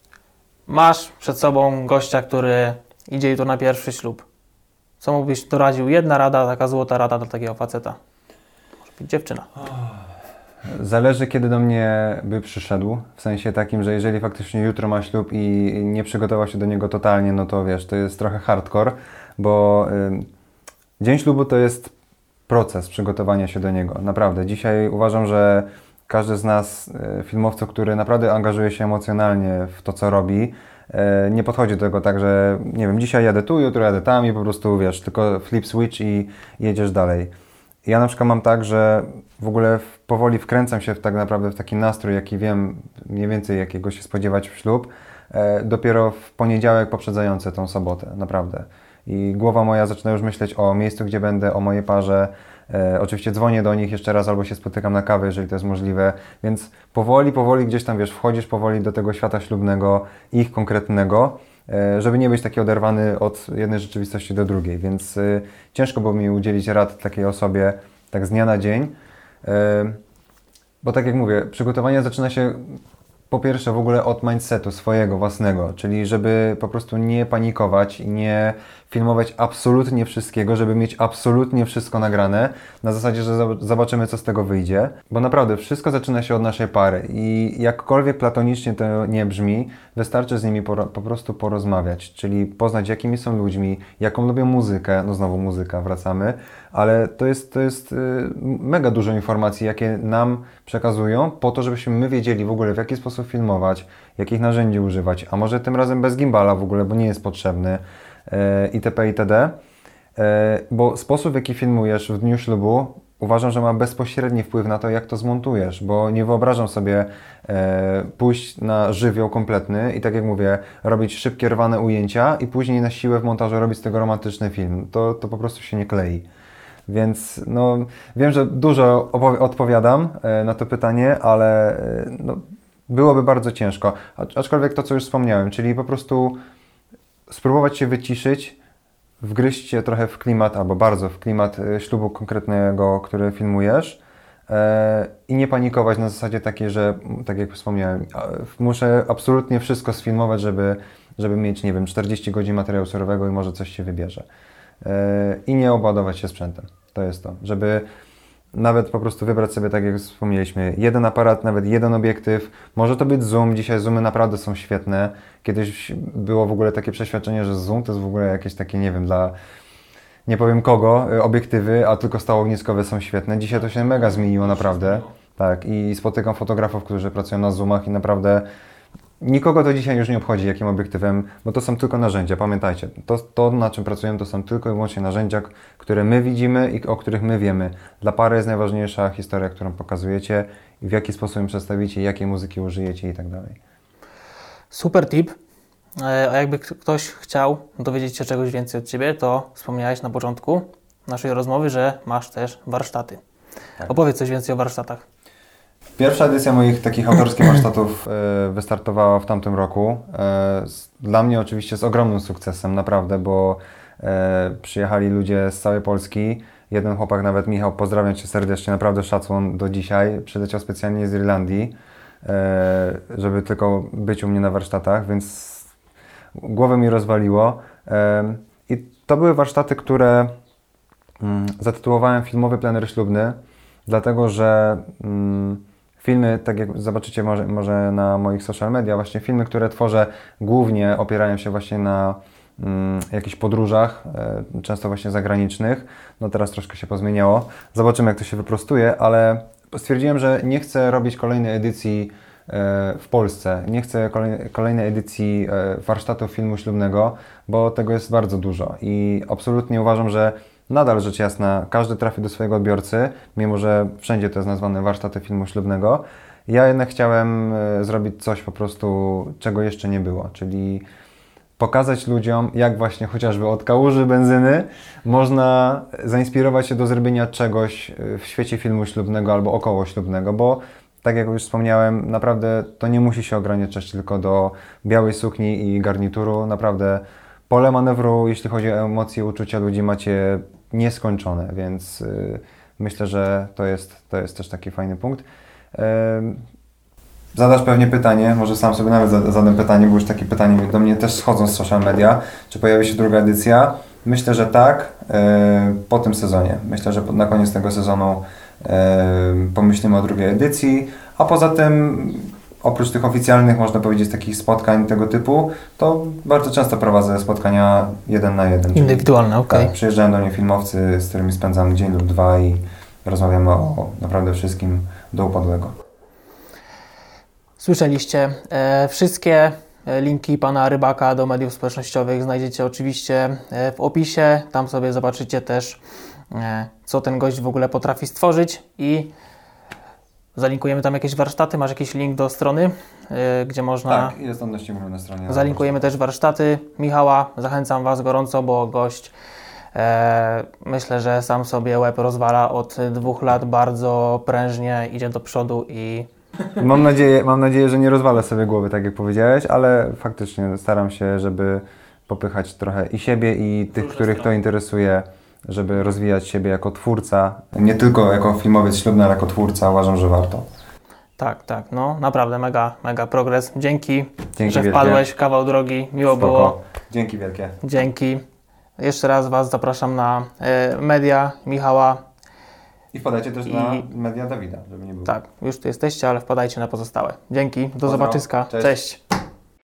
masz przed sobą gościa, który idzie tu na pierwszy ślub. Co mu byś doradził? Jedna rada, taka złota rada dla takiego faceta. Może być dziewczyna. Zależy, kiedy do mnie by przyszedł, w sensie takim, że jeżeli faktycznie jutro ma ślub i nie przygotował się do niego totalnie, no to wiesz, to jest trochę hardcore, bo y, dzień ślubu to jest proces przygotowania się do niego, naprawdę. Dzisiaj uważam, że każdy z nas, y, filmowców, który naprawdę angażuje się emocjonalnie w to, co robi, y, nie podchodzi do tego tak, że nie wiem, dzisiaj jadę tu, jutro jadę tam i po prostu wiesz, tylko flip switch i jedziesz dalej. Ja na przykład mam tak, że w ogóle w, powoli wkręcam się w, tak naprawdę w taki nastrój, jaki wiem mniej więcej jakiego się spodziewać w ślub, e, dopiero w poniedziałek poprzedzający tą sobotę, naprawdę. I głowa moja zaczyna już myśleć o miejscu, gdzie będę, o mojej parze. E, oczywiście dzwonię do nich jeszcze raz albo się spotykam na kawę, jeżeli to jest możliwe, więc powoli, powoli gdzieś tam, wiesz, wchodzisz powoli do tego świata ślubnego, ich konkretnego, żeby nie być taki oderwany od jednej rzeczywistości do drugiej, więc y, ciężko było mi udzielić rad takiej osobie tak z dnia na dzień, y, bo tak jak mówię, przygotowanie zaczyna się po pierwsze w ogóle od mindsetu swojego, własnego, czyli żeby po prostu nie panikować i nie filmować absolutnie wszystkiego, żeby mieć absolutnie wszystko nagrane, na zasadzie, że zobaczymy, co z tego wyjdzie, bo naprawdę wszystko zaczyna się od naszej pary i jakkolwiek platonicznie to nie brzmi, wystarczy z nimi po, po prostu porozmawiać, czyli poznać, jakimi są ludźmi, jaką lubią muzykę, no znowu muzyka, wracamy, ale to jest, to jest yy, mega dużo informacji, jakie nam przekazują, po to, żebyśmy my wiedzieli w ogóle, w jaki sposób filmować, jakich narzędzi używać, a może tym razem bez gimbala w ogóle, bo nie jest potrzebny, itp. itd. Bo sposób, w jaki filmujesz w dniu ślubu, uważam, że ma bezpośredni wpływ na to, jak to zmontujesz, bo nie wyobrażam sobie pójść na żywioł kompletny i tak jak mówię, robić szybkie, rwane ujęcia i później na siłę w montażu robić z tego romantyczny film. To, to po prostu się nie klei. Więc no, wiem, że dużo odpowiadam na to pytanie, ale no, byłoby bardzo ciężko. Aczkolwiek to, co już wspomniałem, czyli po prostu spróbować się wyciszyć, wgryźć się trochę w klimat, albo bardzo w klimat ślubu konkretnego, który filmujesz yy, i nie panikować na zasadzie takiej, że tak jak wspomniałem, muszę absolutnie wszystko sfilmować, żeby, żeby mieć, nie wiem, czterdzieści godzin materiału surowego i może coś się wybierze. Yy, I nie obładować się sprzętem. To jest to, żeby nawet po prostu wybrać sobie, tak jak wspomnieliśmy, jeden aparat, nawet jeden obiektyw. Może to być zoom, dzisiaj zoomy naprawdę są świetne. Kiedyś było w ogóle takie przeświadczenie, że zoom to jest w ogóle jakieś takie, nie wiem, dla nie powiem kogo, obiektywy, a tylko stałogniskowe są świetne. Dzisiaj to się mega zmieniło naprawdę. Tak, i spotykam fotografów, którzy pracują na zoomach i naprawdę nikogo to dzisiaj już nie obchodzi, jakim obiektywem, bo to są tylko narzędzia, pamiętajcie. To, to na czym pracujemy, to są tylko i wyłącznie narzędzia, które my widzimy i o których my wiemy. Dla pary jest najważniejsza historia, którą pokazujecie i w jaki sposób ją przedstawicie, jakiej muzyki użyjecie i tak dalej. Super tip. A jakby ktoś chciał dowiedzieć się czegoś więcej od Ciebie, to wspomniałeś na początku naszej rozmowy, że masz też warsztaty. Tak. Opowiedz coś więcej o warsztatach. Pierwsza edycja moich takich autorskich warsztatów y, wystartowała w tamtym roku. Y, dla mnie oczywiście z ogromnym sukcesem, naprawdę, bo y, przyjechali ludzie z całej Polski. Jeden chłopak, nawet Michał, pozdrawiam Cię serdecznie, naprawdę szacun do dzisiaj. Przyleciał specjalnie z Irlandii, y, żeby tylko być u mnie na warsztatach, więc głowę mi rozwaliło. Y, I to były warsztaty, które y, zatytułowałem Filmowy plener ślubny, dlatego że y, filmy, tak jak zobaczycie może, może na moich social media, właśnie filmy, które tworzę, głównie opierają się właśnie na mm, jakichś podróżach, e, często właśnie zagranicznych. No teraz troszkę się pozmieniało. Zobaczymy, jak to się wyprostuje, ale stwierdziłem, że nie chcę robić kolejnej edycji e, w Polsce. Nie chcę kolej, kolejnej edycji e, warsztatów filmu ślubnego, bo tego jest bardzo dużo i absolutnie uważam, że nadal rzecz jasna, każdy trafi do swojego odbiorcy, mimo że wszędzie to jest nazwane warsztaty filmu ślubnego. Ja jednak chciałem zrobić coś po prostu, czego jeszcze nie było, czyli pokazać ludziom, jak właśnie chociażby od kałuży benzyny można zainspirować się do zrobienia czegoś w świecie filmu ślubnego albo około ślubnego, bo tak jak już wspomniałem, naprawdę to nie musi się ograniczać tylko do białej sukni i garnituru. Naprawdę pole manewru, jeśli chodzi o emocje, uczucia ludzi, macie nieskończone, więc yy, myślę, że to jest, to jest też taki fajny punkt. Yy, Zadasz pewnie pytanie, może sam sobie nawet zadam pytanie, bo już takie pytanie do mnie też schodzą z social media, czy pojawi się druga edycja? Myślę, że tak, yy, po tym sezonie. Myślę, że na koniec tego sezonu yy, pomyślimy o drugiej edycji, a poza tym oprócz tych oficjalnych, można powiedzieć, takich spotkań tego typu, to bardzo często prowadzę spotkania jeden na jeden. Indywidualne, okej. Okay. Tak, przyjeżdżają do mnie filmowcy, z którymi spędzam dzień lub dwa i rozmawiamy o naprawdę wszystkim do upadłego. Słyszeliście. E, wszystkie linki pana Rybaka do mediów społecznościowych znajdziecie oczywiście w opisie. Tam sobie zobaczycie też, e, co ten gość w ogóle potrafi stworzyć i zalinkujemy tam jakieś warsztaty. Masz jakiś link do strony, e, gdzie można... Tak, jest on dość na stronie. Zalinkujemy też warsztaty Michała. Zachęcam Was gorąco, bo gość e, myślę, że sam sobie łeb rozwala od dwóch lat, bardzo prężnie idzie do przodu i Mam nadzieję, mam nadzieję, że nie rozwalę sobie głowy, tak jak powiedziałeś, ale faktycznie staram się, żeby popychać trochę i siebie, i tych, Różne których strony. To interesuje, żeby rozwijać siebie jako twórca. Nie tylko jako filmowiec ślubny, ale jako twórca. Uważam, że warto. Tak, tak. No naprawdę mega, mega progres. Dzięki, Dzięki że wielkie. wpadłeś, kawał drogi. Miło Spoko. było. Dzięki wielkie. Dzięki. Jeszcze raz Was zapraszam na y, media Michała. I wpadajcie też I... na media Dawida, żeby nie było. Tak, już tu jesteście, ale wpadajcie na pozostałe. Dzięki, do Pozdro. zobaczyska. Cześć. Cześć.